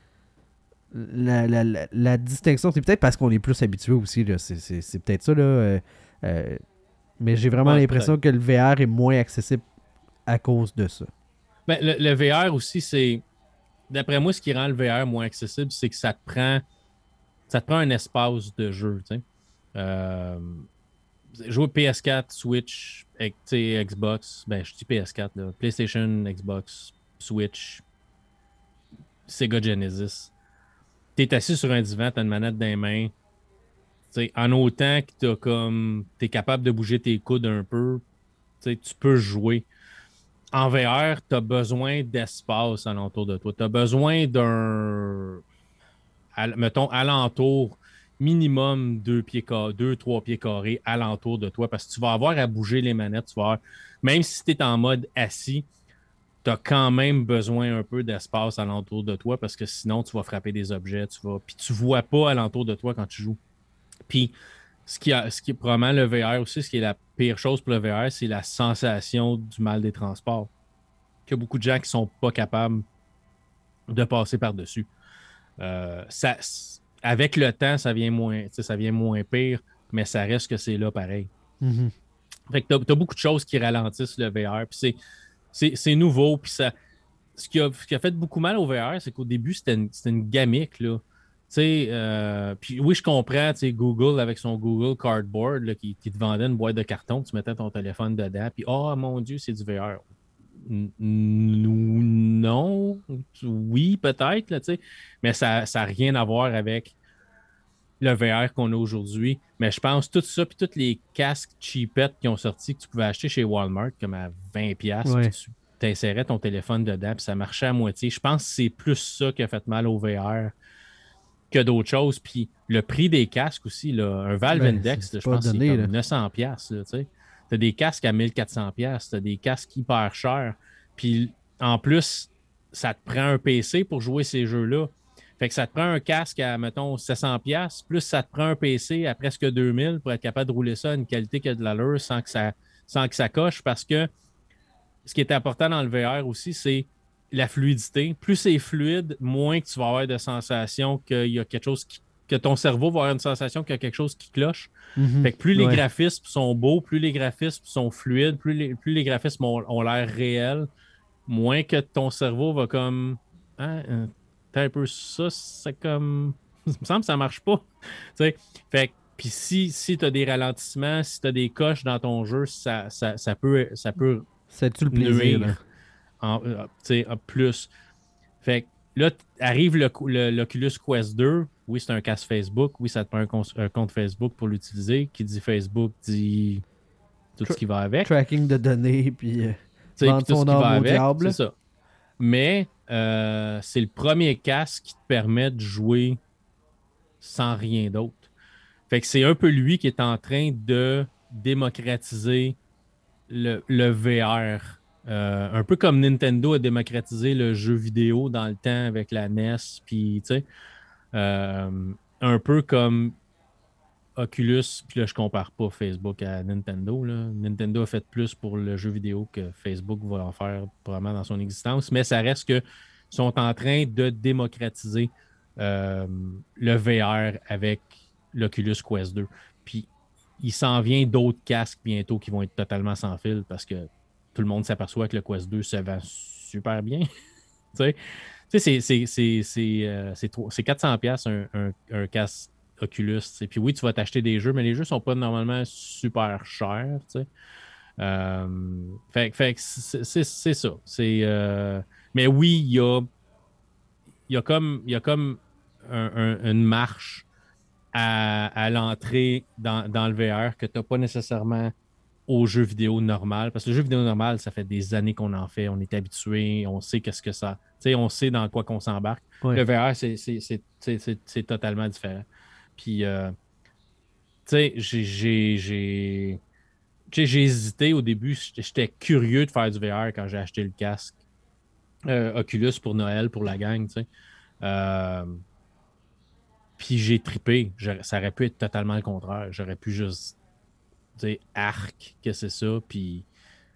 la distinction, c'est peut-être parce qu'on est plus habitué aussi. Là. C'est peut-être ça. Là, mais j'ai vraiment l'impression que le VR est moins accessible à cause de ça. Ben, le VR aussi, c'est... D'après moi, ce qui rend le VR moins accessible, c'est que ça te prend un espace de jeu. Jouer PS4, Switch, Xbox, ben je dis PS4, là, PlayStation, Xbox, Switch, Sega Genesis. T'es assis sur un divan, t'as une manette dans les mains. En autant que t'es capable de bouger tes coudes un peu, tu peux jouer. En VR, t'as besoin d'espace alentour de toi. T'as besoin mettons, alentour minimum 2-3 pieds carrés alentour de toi parce que tu vas avoir à bouger les manettes. Même si tu es en mode assis, tu as quand même besoin un peu d'espace alentour de toi parce que sinon, tu vas frapper des objets. Puis tu vois pas alentour de toi quand tu joues. Puis ce qui est probablement le VR aussi, ce qui est la pire chose pour le VR, c'est la sensation du mal des transports. Il y a beaucoup de gens qui sont pas capables de passer par-dessus. Avec le temps, ça vient moins pire, mais ça reste que c'est là pareil. Mm-hmm. Fait que t'as beaucoup de choses qui ralentissent le VR. Puis c'est nouveau. Puis ce qui a fait beaucoup mal au VR, c'est qu'au début, c'était une gamique. Là. Puis oui, je comprends, Google avec son Google Cardboard là, qui te vendait une boîte de carton, tu mettais ton téléphone dedans, puis oh mon Dieu, c'est du VR. Non, oui, peut-être, là, mais ça n'a rien à voir avec le VR qu'on a aujourd'hui. Mais je pense tout ça, puis tous les casques cheapettes qui ont sorti que tu pouvais acheter chez Walmart comme à 20$, ouais. tu t'insérais ton téléphone dedans, puis ça marchait à moitié. Je pense que c'est plus ça qui a fait mal au VR que d'autres choses. Puis le prix des casques aussi, là, un Valve Index, je pense que c'est comme 900$. Tu as des casques à 1400$, tu as des casques hyper chers. Puis en plus, ça te prend un PC pour jouer ces jeux-là. Fait que ça te prend un casque à, mettons, 700$, plus ça te prend un PC à presque 2000$ pour être capable de rouler ça à une qualité qui a de l'allure sans que ça coche. Parce que ce qui est important dans le VR aussi, c'est la fluidité. Plus c'est fluide, moins que tu vas avoir de sensation qu'il y a quelque chose que ton cerveau va avoir une sensation qu'il y a quelque chose qui cloche. Mm-hmm. Fait que plus les graphismes sont beaux, plus les graphismes sont fluides, plus les graphismes ont l'air réels, moins que ton cerveau va comme... t'as un peu ça, c'est comme... Il me semble que ça marche pas. T'sais? Fait que puis si tu as des ralentissements, si tu as des coches dans ton jeu, ça peut c'est tout le plaisir. plus. Fait que là, arrive l'Oculus Quest 2. Oui, c'est un casque Facebook. Oui, ça te prend un compte Facebook pour l'utiliser. Qui dit Facebook dit tout ce qui va avec. Tracking de données, puis vendre son âme au diable. C'est ça. Mais c'est le premier casque qui te permet de jouer sans rien d'autre. Fait que c'est un peu lui qui est en train de démocratiser le VR. Un peu comme Nintendo a démocratisé le jeu vidéo dans le temps avec la NES, puis tu sais, un peu comme Oculus, puis là je compare pas Facebook à Nintendo. Là. Nintendo a fait plus pour le jeu vidéo que Facebook va en faire probablement dans son existence, mais ça reste que sont en train de démocratiser le VR avec l'Oculus Quest 2. Puis il s'en vient d'autres casques bientôt qui vont être totalement sans fil parce que tout le monde s'aperçoit que le Quest 2 se vend super bien. Tu sais, c'est 400$ un casque Oculus. T'sais. Puis oui, tu vas t'acheter des jeux, mais les jeux sont pas normalement super chers. Fait que c'est ça. Mais oui, il y a comme une marche à l'entrée dans le VR que tu n'as pas nécessairement au jeu vidéo normal. Parce que le jeu vidéo normal, ça fait des années qu'on en fait. On est habitué, on sait qu'est-ce que ça... on sait dans quoi qu'on s'embarque. Ouais. Le VR, c'est totalement différent. Puis, j'ai hésité au début. J'étais curieux de faire du VR quand j'ai acheté le casque Oculus pour Noël, pour la gang, tu sais. Puis j'ai trippé. Ça aurait pu être totalement le contraire. J'aurais pu juste dire arc, que c'est ça, puis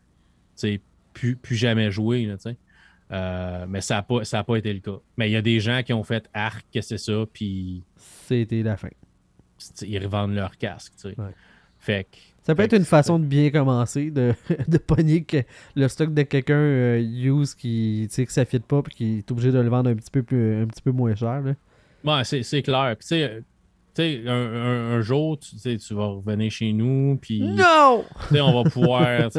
plus jamais jouer, là, tu sais. Mais ça n'a pas été le cas. Mais il y a des gens qui ont fait arc, que c'est ça, puis c'était la fin. Ils revendent leur casque, tu sais. Ouais. Fait que, ça peut être une façon de bien commencer, de pogner que le stock de quelqu'un use qui que ça ne fit pas et qui est obligé de le vendre un petit peu moins cher. Là. Ouais, c'est clair. Puis tu sais, un jour, tu vas revenir chez nous, puis non! On va pouvoir être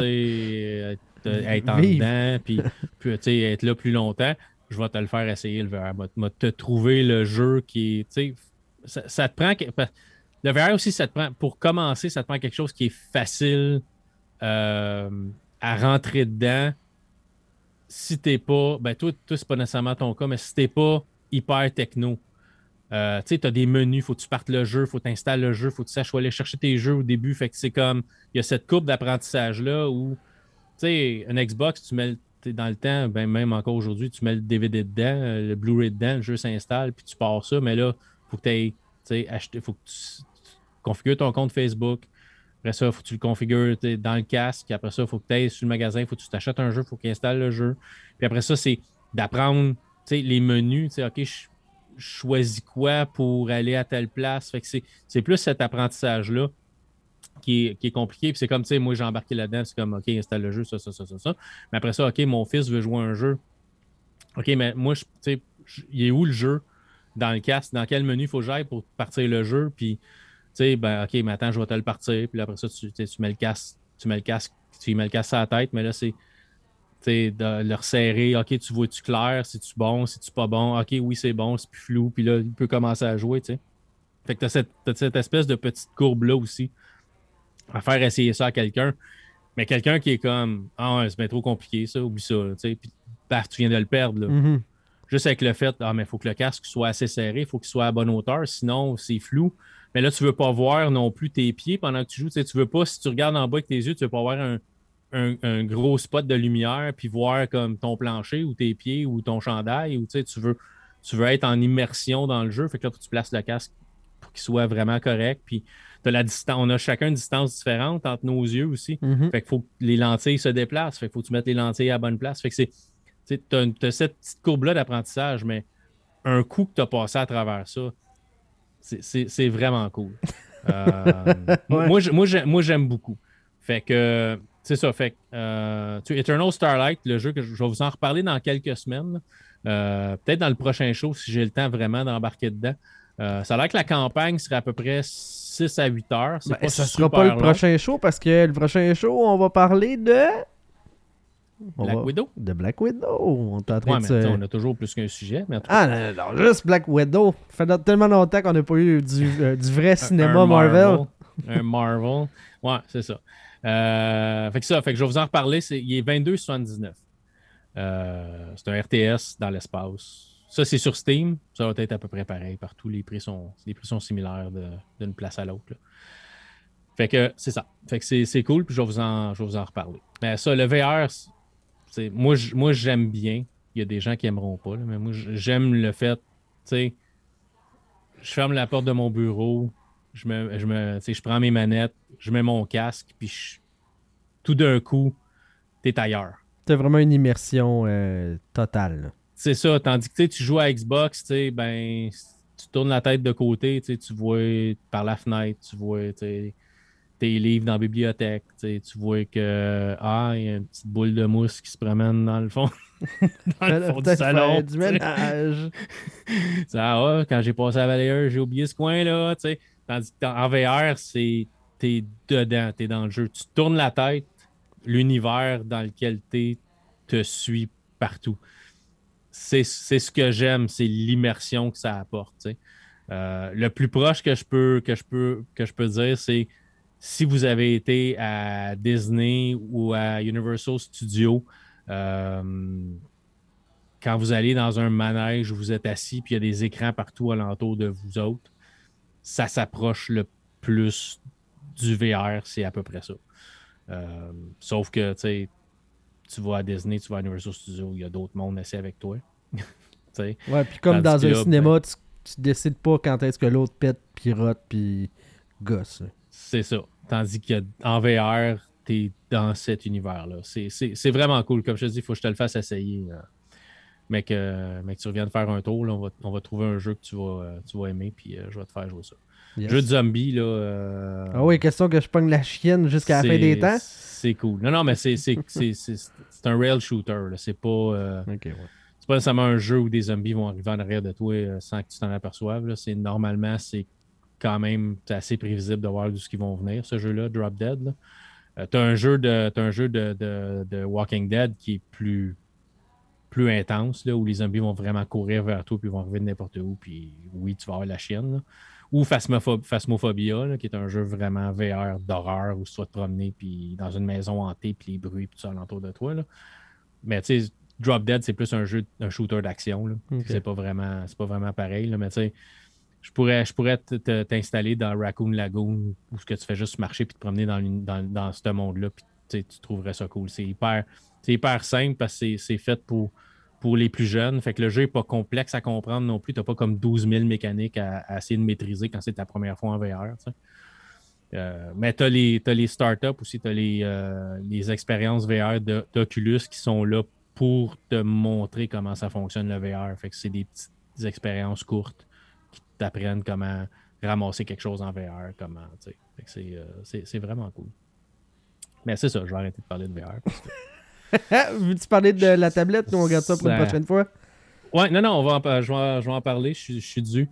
en dedans, puis être là plus longtemps. Je vais te le faire essayer, le VR. Je vais te trouver le jeu qui est... Ça te prend... Le VR aussi, ça te prend... Pour commencer, ça te prend quelque chose qui est facile à rentrer dedans. Si t'es pas... Ben, toi, c'est pas nécessairement ton cas, mais si t'es pas hyper techno, tu sais, t'as des menus, faut que tu partes le jeu, faut que tu installes le jeu, faut que tu saches où aller chercher tes jeux au début. Fait que c'est comme... Il y a cette courbe d'apprentissage-là où, tu sais, un Xbox, tu mets dans le temps, ben même encore aujourd'hui, tu mets le DVD dedans, le Blu-ray dedans, le jeu s'installe, puis tu pars ça. Mais là, faut que tu aies... acheter, faut que tu configures ton compte Facebook. Après ça, il faut que tu le configures dans le casque. Après ça, il faut que tu ailles sur le magasin. Il faut que tu t'achètes un jeu. Il faut qu'il installe le jeu. Puis après ça, c'est d'apprendre les menus. OK, je choisis quoi pour aller à telle place. Fait que c'est plus cet apprentissage-là qui est compliqué. Puis c'est comme, moi, j'ai embarqué là-dedans. C'est comme, OK, installe le jeu, ça. Mais après ça, OK, mon fils veut jouer à un jeu. OK, mais moi, il est où le jeu? Dans le casque, dans quel menu il faut que j'aille pour partir le jeu, puis tu sais, ben ok, mais attends, je vais te le partir, puis après ça, tu mets le casque, tu mets le casque sur la tête, mais là, c'est de le resserrer, ok, tu vois-tu clair, c'est-tu bon, c'est-tu pas bon, ok, oui, c'est bon, c'est plus flou, puis là, il peut commencer à jouer, tu sais. Fait que t'as cette espèce de petite courbe-là aussi, à faire essayer ça à quelqu'un, mais quelqu'un qui est comme, c'est bien trop compliqué, ça, oublie ça, tu sais, puis paf, tu viens de le perdre, là. Mm-hmm. Juste avec le fait, mais il faut que le casque soit assez serré, il faut qu'il soit à bonne hauteur, sinon c'est flou. Mais là, tu ne veux pas voir non plus tes pieds pendant que tu joues. Tu veux pas, si tu regardes en bas avec tes yeux, tu ne veux pas avoir un gros spot de lumière puis voir comme ton plancher ou tes pieds ou ton chandail. Ou, tu veux être en immersion dans le jeu. Fait que là, faut que tu places le casque pour qu'il soit vraiment correct. Puis on a chacun une distance différente entre nos yeux aussi. Mm-hmm. Fait qu'il faut que les lentilles se déplacent. Fait qu'il faut que tu mettes les lentilles à la bonne place. Fait que tu as cette petite courbe-là d'apprentissage, mais un coup que tu as passé à travers ça, c'est vraiment cool. Ouais. Moi, j'aime beaucoup. Fait que, c'est ça. Fait que, Eternal Starlight, le jeu que je vais vous en reparler dans quelques semaines. Peut-être dans le prochain show, si j'ai le temps vraiment d'embarquer dedans. Ça a l'air que la campagne serait à peu près 6 à 8 heures. Ça ne sera pas le prochain show parce que le prochain show, on va parler de... Black Widow. De Black Widow. On est en train on a toujours plus qu'un sujet. Mais non, juste Black Widow. Ça fait tellement longtemps qu'on n'a pas eu du vrai cinéma Marvel. Un Marvel. Ouais, c'est ça. Fait que je vais vous en reparler. Il est 22,79. C'est un RTS dans l'espace. Ça, c'est sur Steam. Ça va être à peu près pareil partout. Les prix sont similaires d'une place à l'autre. Fait que c'est ça. Fait que c'est cool, puis je vais vous en reparler. Mais ça, le VR, moi j'aime bien. Il y a des gens qui aimeront pas, là, mais moi j'aime le fait, tu sais, je ferme la porte de mon bureau, je prends mes manettes, je mets mon casque, puis tout d'un coup, t'es ailleurs. C'est vraiment une immersion totale. Là. C'est ça, tandis que tu joues à Xbox, ben, tu tournes la tête de côté, tu vois par la fenêtre, tu vois tes livres dans la bibliothèque, tu vois que il y a une petite boule de mousse qui se promène dans le fond, du salon. Du ménage. Quand j'ai passé à la balayeuse, j'ai oublié ce coin-là. Tandis qu'en VR, t'es dedans, t'es dans le jeu. Tu tournes la tête, l'univers dans lequel te suit partout. C'est ce que j'aime, c'est l'immersion que ça apporte. Le plus proche que je peux dire, c'est si vous avez été à Disney ou à Universal Studios, quand vous allez dans un manège où vous êtes assis puis il y a des écrans partout alentour de vous autres, ça s'approche le plus du VR, c'est à peu près ça. Sauf que, tu vas à Disney, tu vas à Universal Studios, il y a d'autres mondes assis avec toi. Ouais, puis comme dans un cinéma, tu décides pas quand est-ce que l'autre pète, pirote, puis gosse. C'est ça. Tandis qu'en VR, t'es dans cet univers-là. C'est vraiment cool. Comme je te dis, il faut que je te le fasse essayer. Mais que tu reviennes faire un tour, là, on va trouver un jeu que tu vas aimer, puis je vais te faire jouer ça. Yes. Jeu de zombie, là. Ah oui, question que je pogne la chienne jusqu'à la fin des temps. C'est cool. Non, mais c'est un rail shooter. Là. C'est pas. C'est pas nécessairement un jeu où des zombies vont arriver en arrière de toi sans que tu t'en aperçoives. Là. Normalement, c'est quand même assez prévisible de voir d'où ils vont venir, ce jeu-là, Drop Dead. T'as un jeu de Walking Dead qui est plus intense, là, où les zombies vont vraiment courir vers toi puis vont arriver de n'importe où, puis oui, tu vas avoir la chienne. Là. Ou Phasmophobia, là, qui est un jeu vraiment VR d'horreur où tu vas te promener puis dans une maison hantée puis les bruits puis tout ça alentour de toi. Là. Mais tu sais, Drop Dead, c'est plus un shooter d'action. Là. Okay. C'est pas vraiment pareil. Là, mais tu sais, je pourrais t'installer dans Raccoon Lagoon où tu fais juste marcher puis te promener dans ce monde-là puis tu trouverais ça cool. C'est hyper simple parce que c'est fait pour les plus jeunes. Fait que le jeu n'est pas complexe à comprendre non plus. Tu n'as pas comme 12 000 mécaniques à essayer de maîtriser quand c'est ta première fois en VR. Mais tu as les startups aussi, tu as les expériences VR d'Oculus qui sont là pour te montrer comment ça fonctionne le VR. Fait que c'est des petites expériences courtes qui t'apprennent comment ramasser quelque chose en VR. Fait que c'est vraiment cool. Mais c'est ça, je vais arrêter de parler de VR. Veux-tu parler de la tablette? Nous, on regarde ça pour une prochaine fois. Ouais, non, je vais en parler. Je suis dû.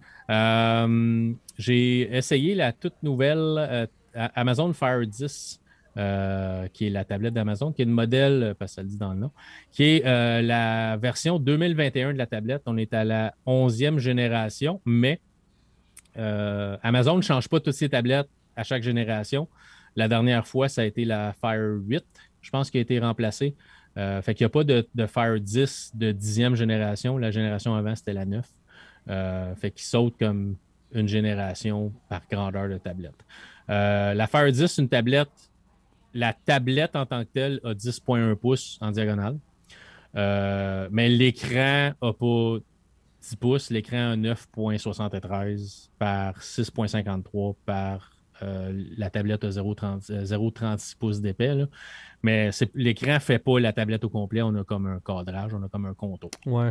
J'ai essayé la toute nouvelle Amazon Fire 10, qui est la tablette d'Amazon, qui est le modèle, parce que ça le dit dans le nom, qui est la version 2021 de la tablette. On est à la 11e génération, mais Amazon ne change pas toutes ses tablettes à chaque génération. La dernière fois, ça a été la Fire 8, je pense, qui a été remplacée. Fait qu'il n'y a pas de Fire 10 de 10e génération. La génération avant, c'était la 9. Fait qu'il saute comme une génération par grandeur de tablette. La Fire 10, c'est une tablette. La tablette en tant que telle a 10,1 pouces en diagonale. Mais l'écran n'a pas 10 pouces. L'écran a 9,73 par 6,53 par... la tablette a 0,36 pouces d'épais. Là. Mais l'écran ne fait pas la tablette au complet. On a comme un cadrage, on a comme un contour. Ouais.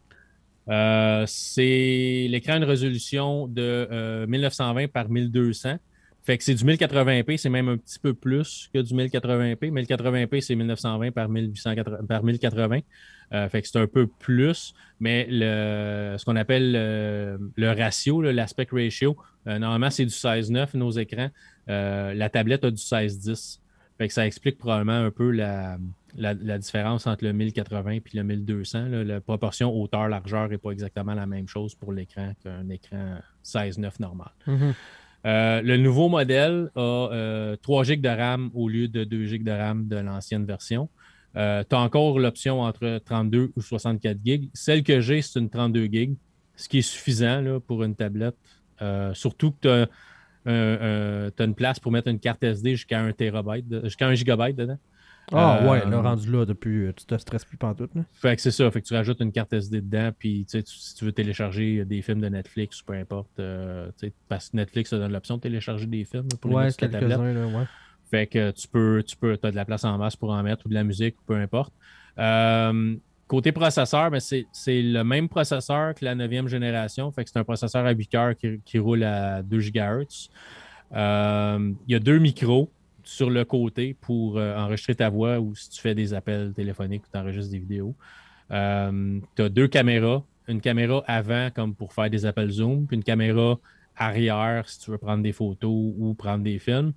C'est l'écran une résolution de 1920 par 1200. Fait que c'est du 1080p, c'est même un petit peu plus que du 1080p. 1080p, c'est 1920 par 1080. Fait que c'est un peu plus, mais ce qu'on appelle le ratio, l'aspect ratio, normalement, c'est du 16:9 nos écrans. La tablette a du 16:10. Fait que ça explique probablement un peu la différence entre le 1080 et le 1200. Là. La proportion hauteur-largeur n'est pas exactement la même chose pour l'écran qu'un écran 16:9 normal. Le nouveau modèle a 3 GB de RAM au lieu de 2 GB de RAM de l'ancienne version. Tu as encore l'option entre 32 ou 64 GB. Celle que j'ai, c'est une 32 GB, ce qui est suffisant là, pour une tablette. Surtout que tu as une place pour mettre une carte SD jusqu'à 1 TB, jusqu'à 1 GB dedans. Ouais, le rendu là, depuis, tu te stresses plus pantoute. Là. Fait que c'est ça, fait que tu rajoutes une carte SD dedans, puis si tu veux télécharger des films de Netflix ou peu importe, parce que Netflix te donne l'option de télécharger des films pour les mettre sur ta tablette. Là, ouais. Fait que tu as de la place en masse pour en mettre ou de la musique, peu importe. Côté processeur, ben c'est le même processeur que la 9e génération. Fait que c'est un processeur à 8 cœurs qui roule à 2 GHz. Il y a 2 micros sur le côté pour enregistrer ta voix ou si tu fais des appels téléphoniques ou tu enregistres des vidéos. Tu as 2 caméras. Une caméra avant comme pour faire des appels Zoom, puis une caméra arrière si tu veux prendre des photos ou prendre des films.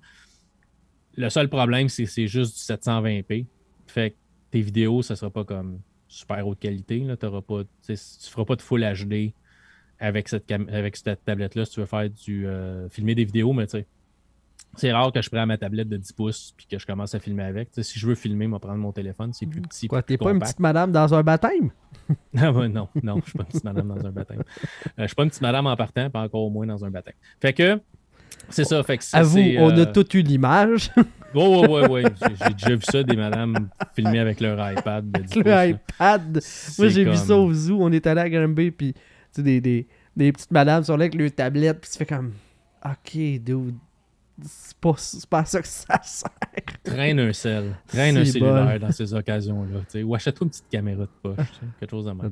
Le seul problème, c'est que c'est juste du 720p. Fait que tes vidéos, ça ne sera pas comme super haute qualité. Là. Tu ne feras pas de Full HD avec cette tablette-là si tu veux faire filmer des vidéos, mais tu sais, c'est rare que je prenne ma tablette de 10 pouces et que je commence à filmer avec. T'sais, si je veux filmer, je vais prendre mon téléphone. C'est plus petit. Quoi, t'es pas une petite madame dans un baptême? Ah ouais, non, je ne suis pas une petite madame dans un baptême. Je ne suis pas une petite madame en partant, pas encore au moins dans un baptême. Fait que, c'est ça. Fait que ça, avoue, on a tout eu l'image. Ouais. J'ai déjà vu ça, des madames filmer avec leur iPad de 10 pouces. Le iPad. Moi, j'ai vu ça au zoo. On est allé à Granby, puis des petites madames sont là avec leur tablette, puis tu fais comme, OK, dude. C'est pas à ça que ça sert. Traîne un cellulaire dans ces occasions-là. Ou achète-toi une petite caméra de poche. Quelque chose de même.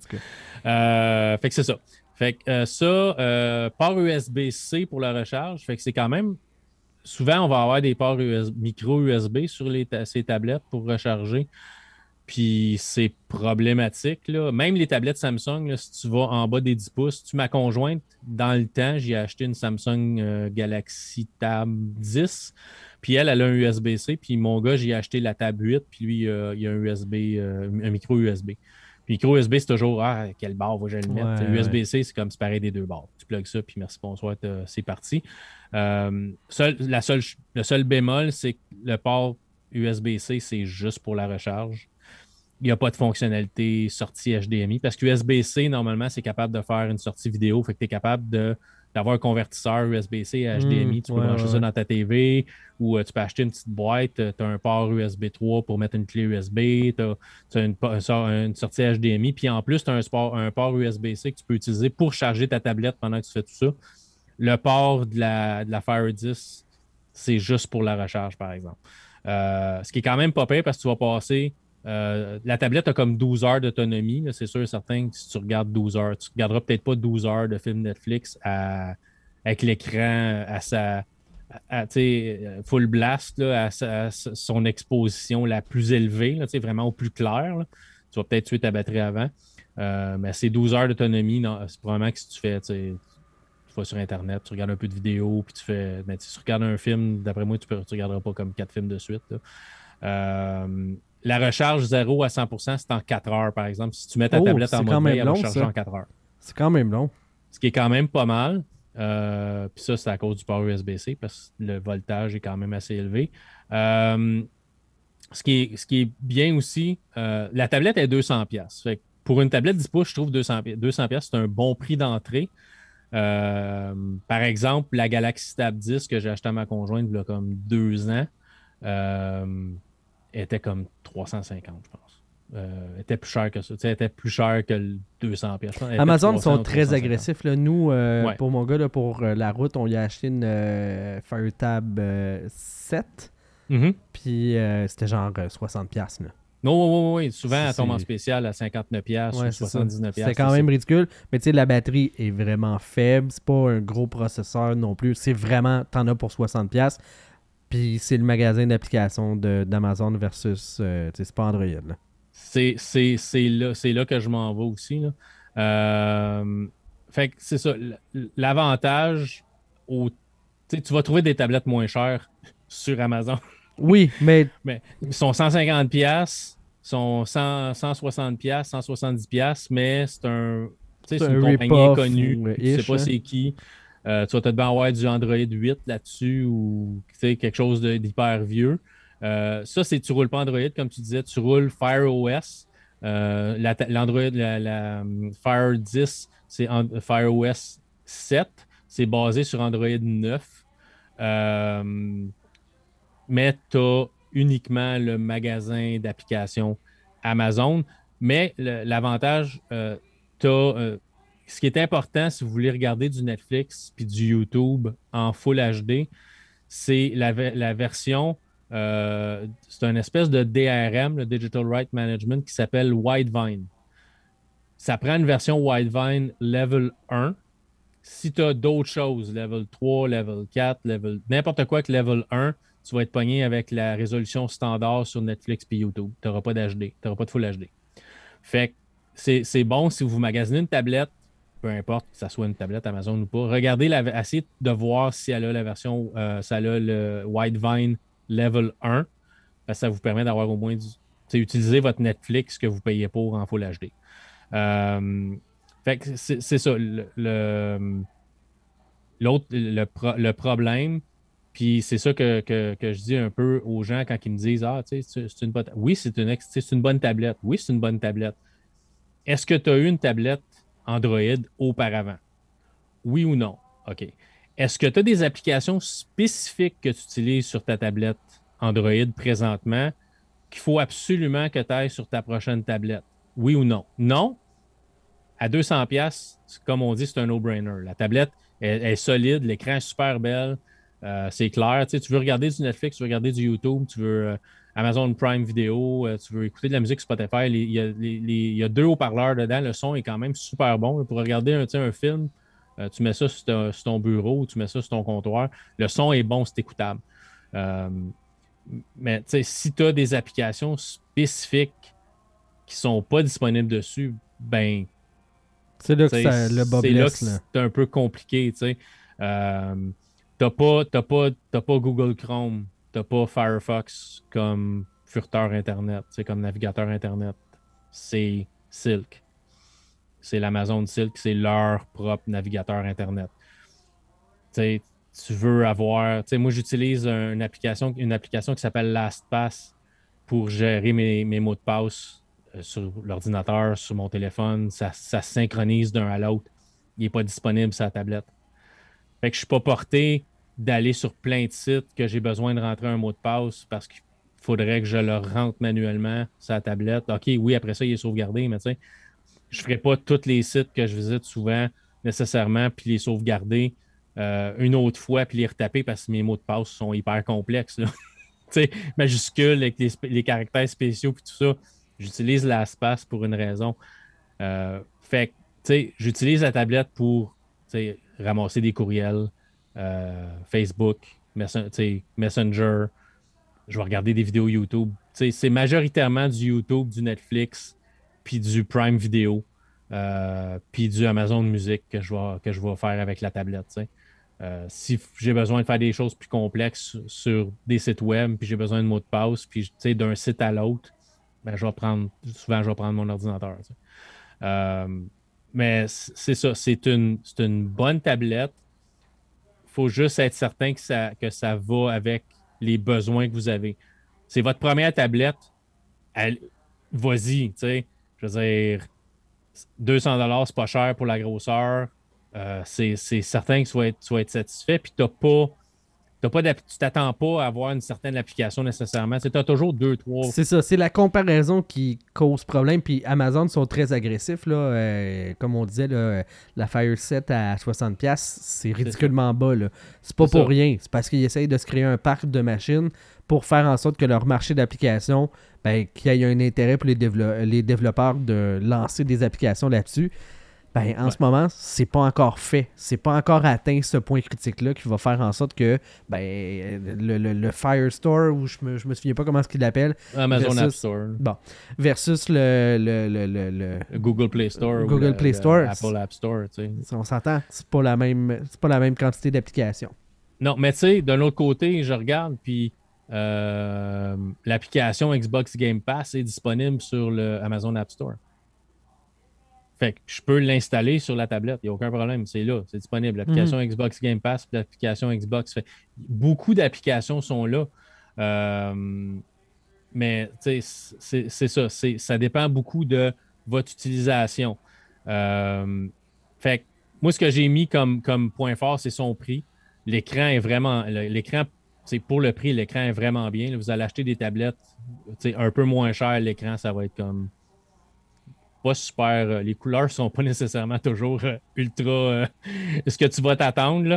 Fait que c'est ça. Fait que port USB-C pour la recharge. Fait que c'est quand même... Souvent, on va avoir des ports micro USB sur ces tablettes pour recharger. Puis c'est problématique. Là. Même les tablettes Samsung, là, si tu vas en bas des 10 pouces, ma conjointe, dans le temps, j'ai acheté une Samsung Galaxy Tab 10. Puis elle a un USB-C. Puis mon gars, j'ai acheté la Tab 8. Puis lui, il a un micro USB. Puis micro USB, c'est toujours quelle barre va-je le mettre? USB-C, c'est comme séparer des deux barres. Tu plugues ça, puis merci, bonsoir, c'est parti. Le seul bémol, c'est que le port USB-C, c'est juste pour la recharge. Il n'y a pas de fonctionnalité sortie HDMI parce que USB-C, normalement, c'est capable de faire une sortie vidéo. Fait que tu es capable d'avoir un convertisseur USB-C à HDMI. Tu peux brancher ça dans ta TV ou tu peux acheter une petite boîte. Tu as un port USB 3 pour mettre une clé USB. Tu as une sortie HDMI. Puis en plus, tu as un port USB-C que tu peux utiliser pour charger ta tablette pendant que tu fais tout ça. Le port de la Fire 10, c'est juste pour la recharge, par exemple. Ce qui est quand même pas pire parce que tu vas passer... la tablette a comme 12 heures d'autonomie. Là, c'est sûr et certain que si tu regardes 12 heures, tu ne regarderas peut-être pas 12 heures de film Netflix avec l'écran full blast, là, à son exposition la plus élevée, là, vraiment au plus clair. Là. Tu vas peut-être tuer ta batterie avant. Mais c'est 12 heures d'autonomie. C'est probablement que si tu fais... Tu vas sur Internet, tu regardes un peu de vidéos, puis tu fais... Mais si tu regardes un film, d'après moi, tu ne regarderas pas comme 4 films de suite. La recharge 0 à 100%, c'est en 4 heures, par exemple. Si tu mets ta tablette en mode veille, elle va charger en 4 heures. C'est quand même long. Ce qui est quand même pas mal. Puis ça, c'est à cause du port USB-C, parce que le voltage est quand même assez élevé. Ce qui est bien aussi, la tablette est 200$. Fait que pour une tablette 10 pouces, je trouve 200$, c'est un bon prix d'entrée. Par exemple, la Galaxy Tab 10 que j'ai acheté à ma conjointe il y a comme 2 ans, était comme 350, je pense. Était plus cher que ça. Elle était plus cher que le 200$. Amazon sont très agressifs. Là. Nous, pour mon gars, là, pour la route, on y a acheté une Fire Tab 7. Mm-hmm. Puis c'était genre 60$. Là. Non, oui. Souvent, elle tombe en spécial à 59$ ou 79$. C'est quand même ridicule. Mais tu sais, la batterie est vraiment faible. C'est pas un gros processeur non plus. C'est vraiment, t'en as pour 60$. Puis c'est le magasin d'applications d'Amazon versus, c'est pas Android. Là. C'est là que je m'en vais aussi. Là. Fait que c'est ça. L'avantage, tu vas trouver des tablettes moins chères sur Amazon. Oui, mais ils sont 150$, sont 160$, 170$, mais c'est une compagnie inconnue. Tu sais pas c'est qui. Tu vas peut-être bien avoir du Android 8 là-dessus ou quelque chose d'hyper vieux. Ça, tu roules pas Android, comme tu disais, tu roules Fire OS. L'Android, la Fire 10, c'est Fire OS 7. C'est basé sur Android 9. Mais tu as uniquement le magasin d'applications Amazon. Mais l'avantage, ce qui est important si vous voulez regarder du Netflix puis du YouTube en Full HD, c'est la version, c'est une espèce de DRM, le Digital Rights Management, qui s'appelle Widevine. Ça prend une version Widevine Level 1. Si tu as d'autres choses, Level 3, Level 4, n'importe quoi que Level 1, tu vas être pogné avec la résolution standard sur Netflix et YouTube. Tu n'auras pas d'HD, tu n'auras pas de Full HD. Fait que c'est bon si vous magasinez une tablette, peu importe que ça soit une tablette Amazon ou pas, essayez de voir si elle a la version, si elle a le Widevine Level 1, parce que ça vous permet d'avoir au moins utiliser votre Netflix que vous payez pour en Full HD. Fait que c'est ça. Le problème, puis c'est ça que je dis un peu aux gens quand ils me disent c'est une bonne. Oui, c'est une bonne tablette. Oui, c'est une bonne tablette. Est-ce que tu as eu une tablette Android auparavant? Oui ou non? OK. Est-ce que tu as des applications spécifiques que tu utilises sur ta tablette Android présentement qu'il faut absolument que tu ailles sur ta prochaine tablette? Oui ou non? Non? À 200$, comme on dit, c'est un no-brainer. La tablette est solide, l'écran est super belle, c'est clair. Tu veux regarder du Netflix, tu veux regarder du YouTube, tu veux Amazon Prime Video, tu veux écouter de la musique Spotify. Il y a 2 haut-parleurs dedans. Le son est quand même super bon. Pour regarder un film, tu mets ça sur ton bureau, tu mets ça sur ton comptoir. Le son est bon, c'est écoutable. Mais si tu as des applications spécifiques qui ne sont pas disponibles dessus, ben c'est là que le bas blesse. C'est là que c'est un peu compliqué. T'as pas Google Chrome, t'as pas Firefox comme furteur Internet, comme navigateur Internet. C'est Silk. C'est l'Amazon Silk, c'est leur propre navigateur Internet. Tu veux avoir... moi, j'utilise une application qui s'appelle LastPass pour gérer mes mots de passe sur l'ordinateur, sur mon téléphone. Ça synchronise d'un à l'autre. Il n'est pas disponible sur la tablette. Fait que je ne suis pas porté d'aller sur plein de sites que j'ai besoin de rentrer un mot de passe parce qu'il faudrait que je le rentre manuellement sur la tablette. OK, oui, après ça, il est sauvegardé, mais je ne ferai pas tous les sites que je visite souvent nécessairement puis les sauvegarder une autre fois puis les retaper parce que mes mots de passe sont hyper complexes. Majuscules avec les caractères spéciaux puis tout ça. J'utilise LastPass pour une raison. Fait que, j'utilise la tablette pour ramasser des courriels, Facebook, Messenger. Je vais regarder des vidéos YouTube. C'est majoritairement du YouTube, du Netflix, puis du Prime Video, puis du Amazon Music que je vais faire avec la tablette. Si j'ai besoin de faire des choses plus complexes sur des sites web, puis j'ai besoin de mots de passe, puis d'un site à l'autre, ben, je vais prendre mon ordinateur. Mais c'est ça, c'est une bonne tablette. Il faut juste être certain que ça va avec les besoins que vous avez. C'est votre première tablette, vas-y, je veux dire, 200$, c'est pas cher pour la grosseur. C'est certain que tu vas être satisfait, puis tu t'attends pas à avoir une certaine application nécessairement. Tu as toujours 2-3. C'est ça, c'est la comparaison qui cause problème. Puis Amazon sont très agressifs. Là, comme on disait, là, la Fire 7 à 60$, c'est ridiculement bas. Là. C'est pas pour rien. C'est parce qu'ils essayent de se créer un parc de machines pour faire en sorte que leur marché d'application, qu'il y ait un intérêt pour les développeurs de lancer des applications là-dessus. En ce moment, c'est pas encore fait. C'est pas encore atteint ce point critique-là qui va faire en sorte que le Firestore, ou je me souviens pas comment est-ce qu'il l'appelle. Amazon App Store. Bon. Versus le Google Play Store Google Play Store. Apple App Store. On s'entend, c'est pas la même quantité d'applications. Non, mais tu sais, d'un autre côté, je regarde, puis l'application Xbox Game Pass est disponible sur le Amazon App Store. Fait que je peux l'installer sur la tablette, il n'y a aucun problème, c'est là, c'est disponible. L'application Xbox Game Pass, l'application Xbox. Beaucoup d'applications sont là. Mais c'est ça, ça dépend beaucoup de votre utilisation. Fait que moi, ce que j'ai mis comme point fort, c'est son prix. L'écran est vraiment. Pour le prix, l'écran est vraiment bien. Là, vous allez acheter des tablettes un peu moins cher, l'écran, ça va être comme pas super. Les couleurs sont pas nécessairement toujours ultra ce que tu vas t'attendre.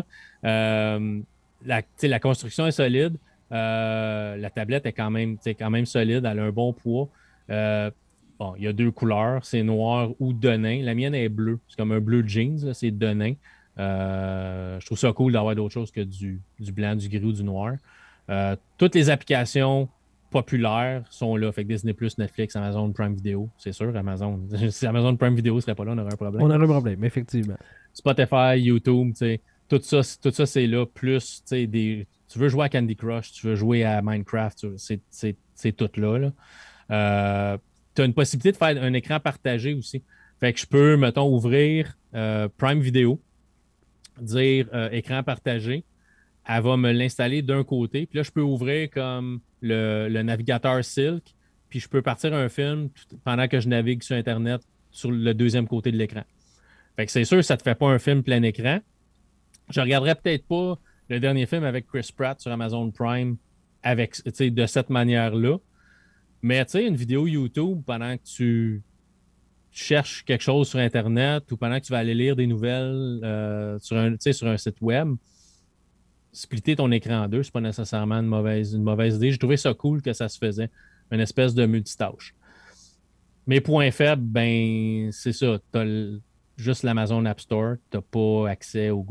La construction est solide. La tablette est quand même solide, elle a un bon poids. Il y a 2 couleurs, c'est noir ou denain. La mienne est bleue, c'est comme un bleu jeans, là, c'est denain. Je trouve ça cool d'avoir d'autres choses que du blanc, du gris ou du noir. Toutes les applications populaires sont là. Fait que Disney+, Netflix, Amazon Prime Video, c'est sûr, Amazon. Si Amazon Prime Video ne serait pas là, on aurait un problème. On aurait un problème, effectivement. Spotify, YouTube, tout ça c'est là. Plus, tu veux jouer à Candy Crush, tu veux jouer à Minecraft, c'est tout là. Tu as une possibilité de faire un écran partagé aussi. Fait que je peux, mettons, ouvrir Prime Video, dire écran partagé. Elle va me l'installer d'un côté. Puis là, je peux ouvrir comme le navigateur Silk. Puis je peux partir un film pendant que je navigue sur Internet sur le deuxième côté de l'écran. Fait que c'est sûr, ça ne te fait pas un film plein écran. Je regarderais peut-être pas le dernier film avec Chris Pratt sur Amazon Prime de cette manière-là. Mais une vidéo YouTube pendant que tu cherches quelque chose sur Internet ou pendant que tu vas aller lire des nouvelles sur un site web, splitter ton écran en deux, c'est pas nécessairement une mauvaise idée. J'ai trouvé ça cool que ça se faisait, une espèce de multitâche. Mes points faibles, ben c'est ça. Tu as juste l'Amazon App Store, tu n'as pas accès au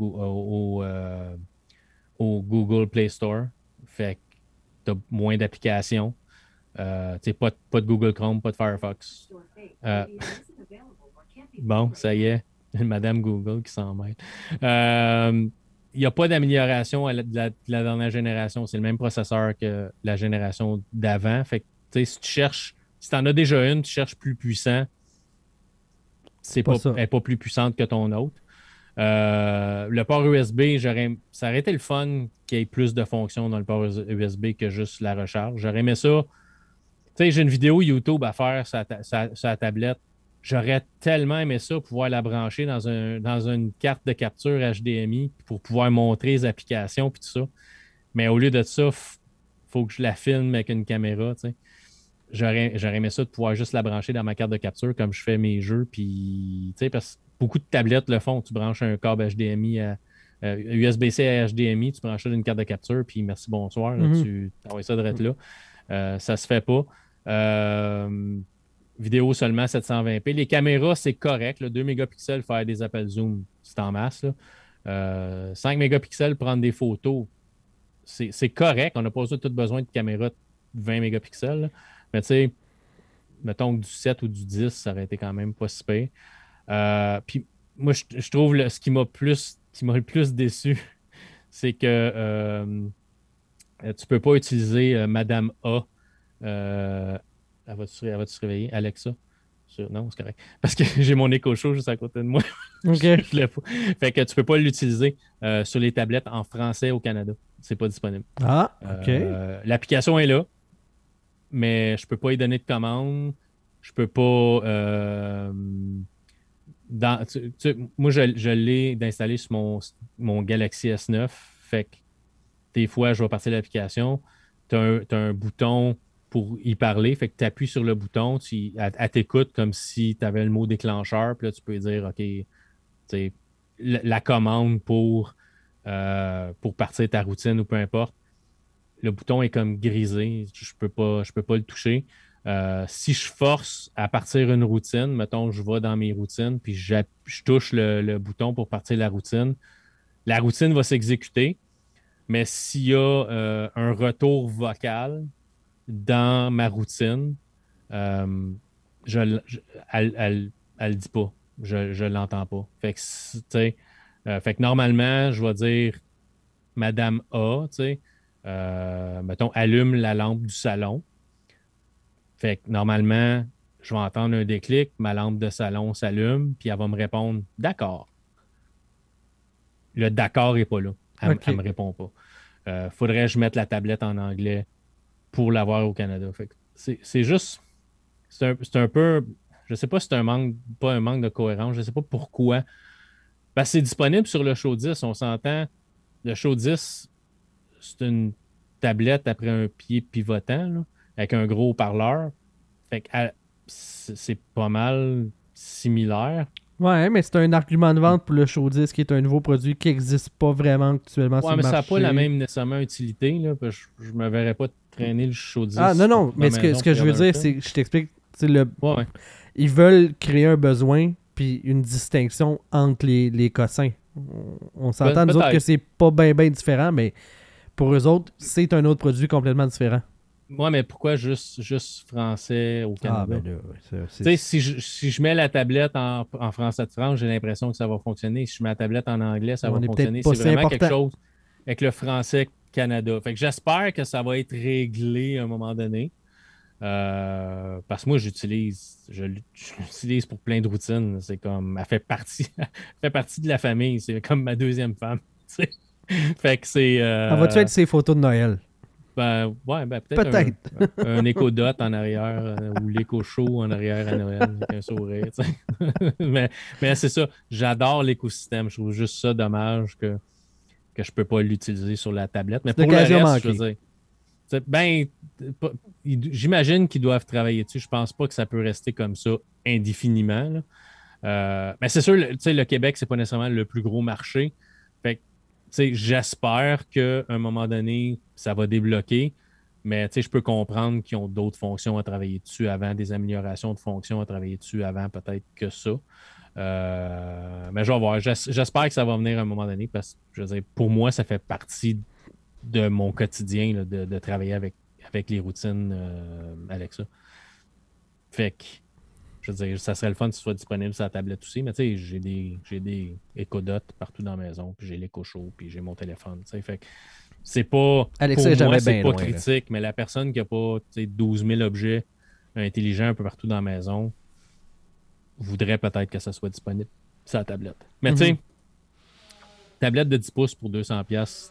Google Play Store. Fait que tu as moins d'applications. Pas de Google Chrome, pas de Firefox. Bon, ça y est, Madame Google qui s'en mêle. Il n'y a pas d'amélioration de la dernière génération. C'est le même processeur que la génération d'avant. Fait que, si tu en as déjà une, tu cherches plus puissant, elle n'est pas plus puissante que ton autre. Le port USB, ça aurait été le fun qu'il y ait plus de fonctions dans le port USB que juste la recharge. J'aurais aimé ça. J'ai une vidéo YouTube à faire sur la tablette. J'aurais tellement aimé ça, pouvoir la brancher dans une carte de capture HDMI pour pouvoir montrer les applications et tout ça. Mais au lieu de ça, il faut que je la filme avec une caméra. J'aurais aimé ça de pouvoir juste la brancher dans ma carte de capture comme je fais mes jeux. Puis, parce que beaucoup de tablettes le font. Tu branches un câble HDMI USB-C à HDMI, tu branches ça d'une carte de capture, puis merci, bonsoir. Là, tu envoies ça direct là. Ça se fait pas. Vidéo seulement 720p. Les caméras, c'est correct. Là, 2 mégapixels, faire des appels Zoom, c'est en masse. Là. 5 mégapixels, prendre des photos, c'est correct. On n'a pas tout besoin de caméras de 20 mégapixels. Là. Mais tu sais, mettons que du 7 ou du 10, ça aurait été quand même pas si pire. Puis moi, je trouve ce qui m'a le plus déçu, c'est que tu peux pas utiliser Madame A. Elle va-tu se réveiller? Alexa? Non, c'est correct. Parce que j'ai mon Echo Show juste à côté de moi. OK. Fait que tu peux pas l'utiliser sur les tablettes en français au Canada. C'est pas disponible. Ah, OK. L'application est là, mais je peux pas y donner de commande. Je peux pas... moi, je l'ai d'installer sur mon Galaxy S9. Fait que des fois, je vais partir de l'application. Tu as un bouton pour y parler. Fait que tu appuies sur le bouton, elle t'écoute comme si tu avais le mot déclencheur. Puis là, tu peux dire, OK, la commande pour partir ta routine ou peu importe. Le bouton est comme grisé. Je peux pas le toucher. Si je force à partir une routine, mettons, je vais dans mes routines, puis je touche le bouton pour partir la routine va s'exécuter. Mais s'il y a un retour vocal dans ma routine, elle le dit pas. Je l'entends pas. Fait que normalement, je vais dire Madame A, tu sais. mettons, allume la lampe du salon. Fait que normalement, je vais entendre un déclic, ma lampe de salon s'allume, puis elle va me répondre « D'accord ». Le « d'accord » n'est pas là. Elle ne me répond pas. Faudrait que je mette la tablette en anglais pour l'avoir au Canada. Fait que c'est juste... C'est un peu... Je sais pas si c'est pas un manque de cohérence. Je sais pas pourquoi. Parce que c'est disponible sur le Show 10. On s'entend. Le Show 10, c'est une tablette après un pied pivotant, là, avec un gros haut-parleur. Fait que c'est pas mal similaire. Ouais, mais c'est un argument de vente pour le Show 10 qui est un nouveau produit qui n'existe pas vraiment actuellement sur le marché. Ouais, mais ça n'a pas la même nécessairement utilité. Là, parce que je ne me verrais pas traîner le Show 10. Ah non, mais ce que je veux dire, c'est que je t'explique. Ouais. Ils veulent créer un besoin puis une distinction entre les cossins. On s'entend, nous autres, que c'est pas bien différent, mais pour eux autres, c'est un autre produit complètement différent. Ouais, mais pourquoi juste français au Canada? Ah, ben là, si je mets la tablette en français de France, j'ai l'impression que ça va fonctionner. Si je mets la tablette en anglais, ça va fonctionner. C'est vraiment quelque chose avec le français Canada. Fait que j'espère que ça va être réglé à un moment donné. Parce que moi, je l'utilise pour plein de routines. C'est comme, elle fait partie de la famille. C'est comme ma deuxième femme. T'sais. Fait que c'est. Va-tu être ses photos de Noël? Peut-être. Un éco-dot en arrière ou l'éco-show en arrière à Noël avec un sourire. mais c'est ça. J'adore l'écosystème. Je trouve juste ça dommage que je peux pas l'utiliser sur la tablette. Mais pour le reste, je veux dire, j'imagine qu'ils doivent travailler dessus. Je pense pas que ça peut rester comme ça indéfiniment. Mais c'est sûr, le Québec, c'est pas nécessairement le plus gros marché. Fait que, j'espère qu'à un moment donné, ça va débloquer. Mais je peux comprendre qu'ils ont d'autres fonctions à travailler dessus avant, des améliorations de fonctions à travailler dessus avant, peut-être que ça. Mais je vais voir. J'espère que ça va venir à un moment donné parce que, je veux dire, pour moi, ça fait partie de mon quotidien là, de travailler avec les routines Alexa. Fait que, je veux dire, ça serait le fun que ce soit disponible sur la tablette aussi, mais tu sais, j'ai des Echo-Dot partout dans la maison, puis j'ai l'Echo-Show, puis j'ai mon téléphone, tu sais, fait que c'est pas, Alexa, pour moi, c'est pas loin, critique, là. Mais la personne qui a pas 12 000 objets intelligents un peu partout dans la maison voudrait peut-être que ça soit disponible sur la tablette. Mais tu sais, tablette de 10 pouces pour 200$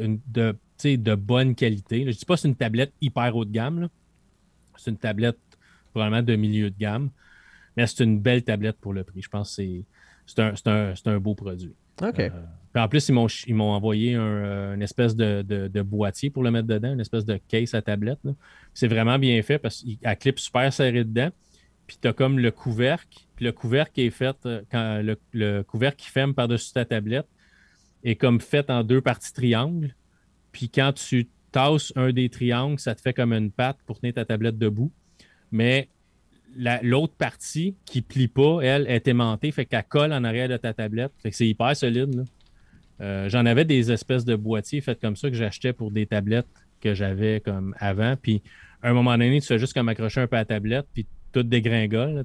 de bonne qualité. Je ne dis pas que c'est une tablette hyper haut de gamme. Là. C'est une tablette probablement de milieu de gamme. Mais c'est une belle tablette pour le prix. Je pense que c'est un beau produit. OK. Puis en plus, ils m'ont envoyé une espèce de boîtier pour le mettre dedans, une espèce de case à tablette. Là. C'est vraiment bien fait parce qu'elle clip super serré dedans. Puis tu as comme le couvercle. Puis le couvercle est fait, quand le couvercle qui ferme par-dessus ta tablette est comme fait en 2 parties triangles. Puis quand tu tasses un des triangles, ça te fait comme une patte pour tenir ta tablette debout. Mais l'autre partie qui plie pas, elle, est aimantée, fait qu'elle colle en arrière de ta tablette. Fait que c'est hyper solide. Là. J'en avais des espèces de boîtiers faits comme ça que j'achetais pour des tablettes que j'avais comme avant. Puis à un moment donné, tu fais juste comme accrocher un peu à la tablette, puis tout dégringole.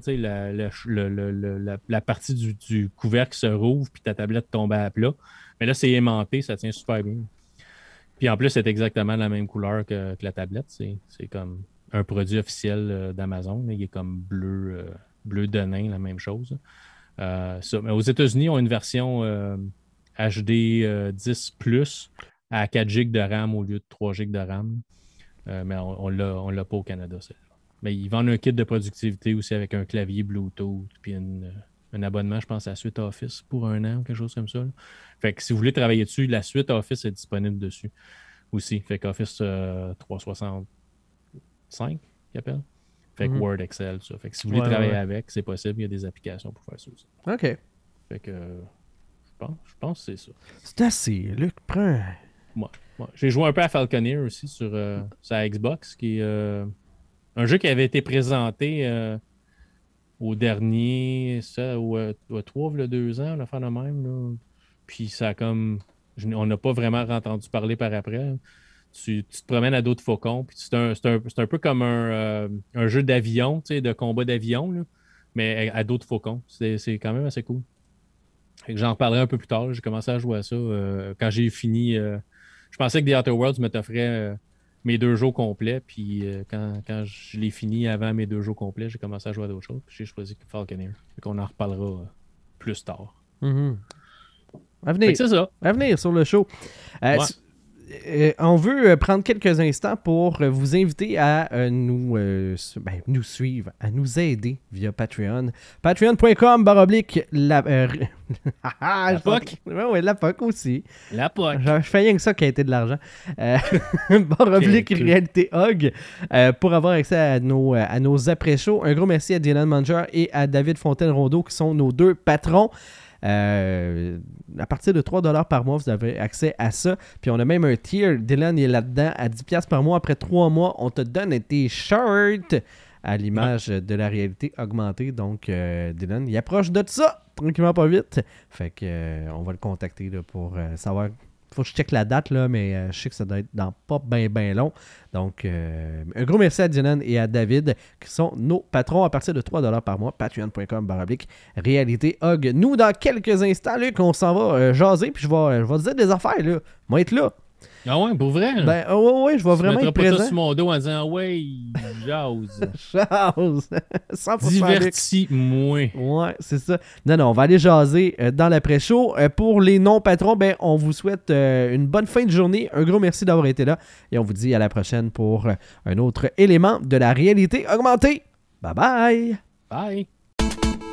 Là, la partie du couvercle se rouvre, puis ta tablette tombe à plat. Mais là, c'est aimanté, ça tient super bien. Puis en plus, c'est exactement la même couleur que la tablette. C'est comme un produit officiel d'Amazon. Il est comme bleu de nain, la même chose. Mais aux États-Unis, ils ont une version HD 10 Plus à 4 GB de RAM au lieu de 3 GB de RAM. Mais on l'a pas au Canada, celle-là. Mais ils vendent un kit de productivité aussi avec un clavier Bluetooth puis un abonnement, je pense, à Suite Office pour 1 an ou quelque chose comme ça. Là. Fait que si vous voulez travailler dessus, la Suite Office est disponible dessus aussi. Fait qu'Office 365, qu'il appelle. Fait que Word, Excel, tout ça. Fait que si vous voulez travailler avec, c'est possible. Il y a des applications pour faire ça aussi. OK. Fait que je pense que c'est ça. C'est assez. Luc, prends. Moi. J'ai joué un peu à Falconeer aussi sur sa Xbox, qui est un jeu qui avait été présenté au dernier, au 3 ou 2 ans, l'affaire de même. Là. Puis ça a comme. On n'a pas vraiment entendu parler par après. Tu te promènes à d'autres faucons. Puis c'est un peu comme un jeu d'avion, de combat d'avion, là, mais à d'autres faucons. C'est quand même assez cool. J'en reparlerai un peu plus tard. J'ai commencé à jouer à ça quand j'ai fini. Je pensais que The Outer Worlds me t'offrait mes 2 jours complets. Puis quand je l'ai fini avant mes 2 jours complets, j'ai commencé à jouer à d'autres choses. Puis j'ai choisi Falconeer. Fait qu'on en reparlera plus tard. Mm-hmm. À venir. C'est ça. À venir sur le show. On veut prendre quelques instants pour vous inviter à nous suivre, à nous aider via Patreon. Patreon.com/. La POC. Oui, la POC aussi. La POC. Je fais rien que ça qui a été de l'argent. Réalité Hog pour avoir accès à nos après-shows. Un gros merci à Dylan Manger et à David Fontaine-Rondeau qui sont nos 2 patrons. À partir de 3$ par mois, vous avez accès à ça. Puis on a même un tier. Dylan est là-dedans à 10$ par mois. Après 3 mois, on te donne un t-shirt à l'image de la réalité augmentée. Donc, Dylan, il approche de ça, tranquillement pas vite. Fait que on va le contacter là, pour savoir. Faut que je check la date, là, mais je sais que ça doit être dans pas bien long. Donc, un gros merci à Dylan et à David, qui sont nos patrons à partir de 3$ par mois. Patreon.com/. Réalité Hog. Nous, dans quelques instants, Luc, on s'en va jaser, puis je vais te dire des affaires, là. On va être là. Ah ouais, pour vrai? Ben, ouais, je vais vraiment être présent. Tu pas ça sur mon dos en disant, ouais, jase. Jase. 100% Divertis-moi. Ouais, c'est ça. Non, on va aller jaser dans l'après-show. Pour les non-patrons, on vous souhaite une bonne fin de journée. Un gros merci d'avoir été là. Et on vous dit à la prochaine pour un autre élément de la réalité augmentée. Bye bye! Bye!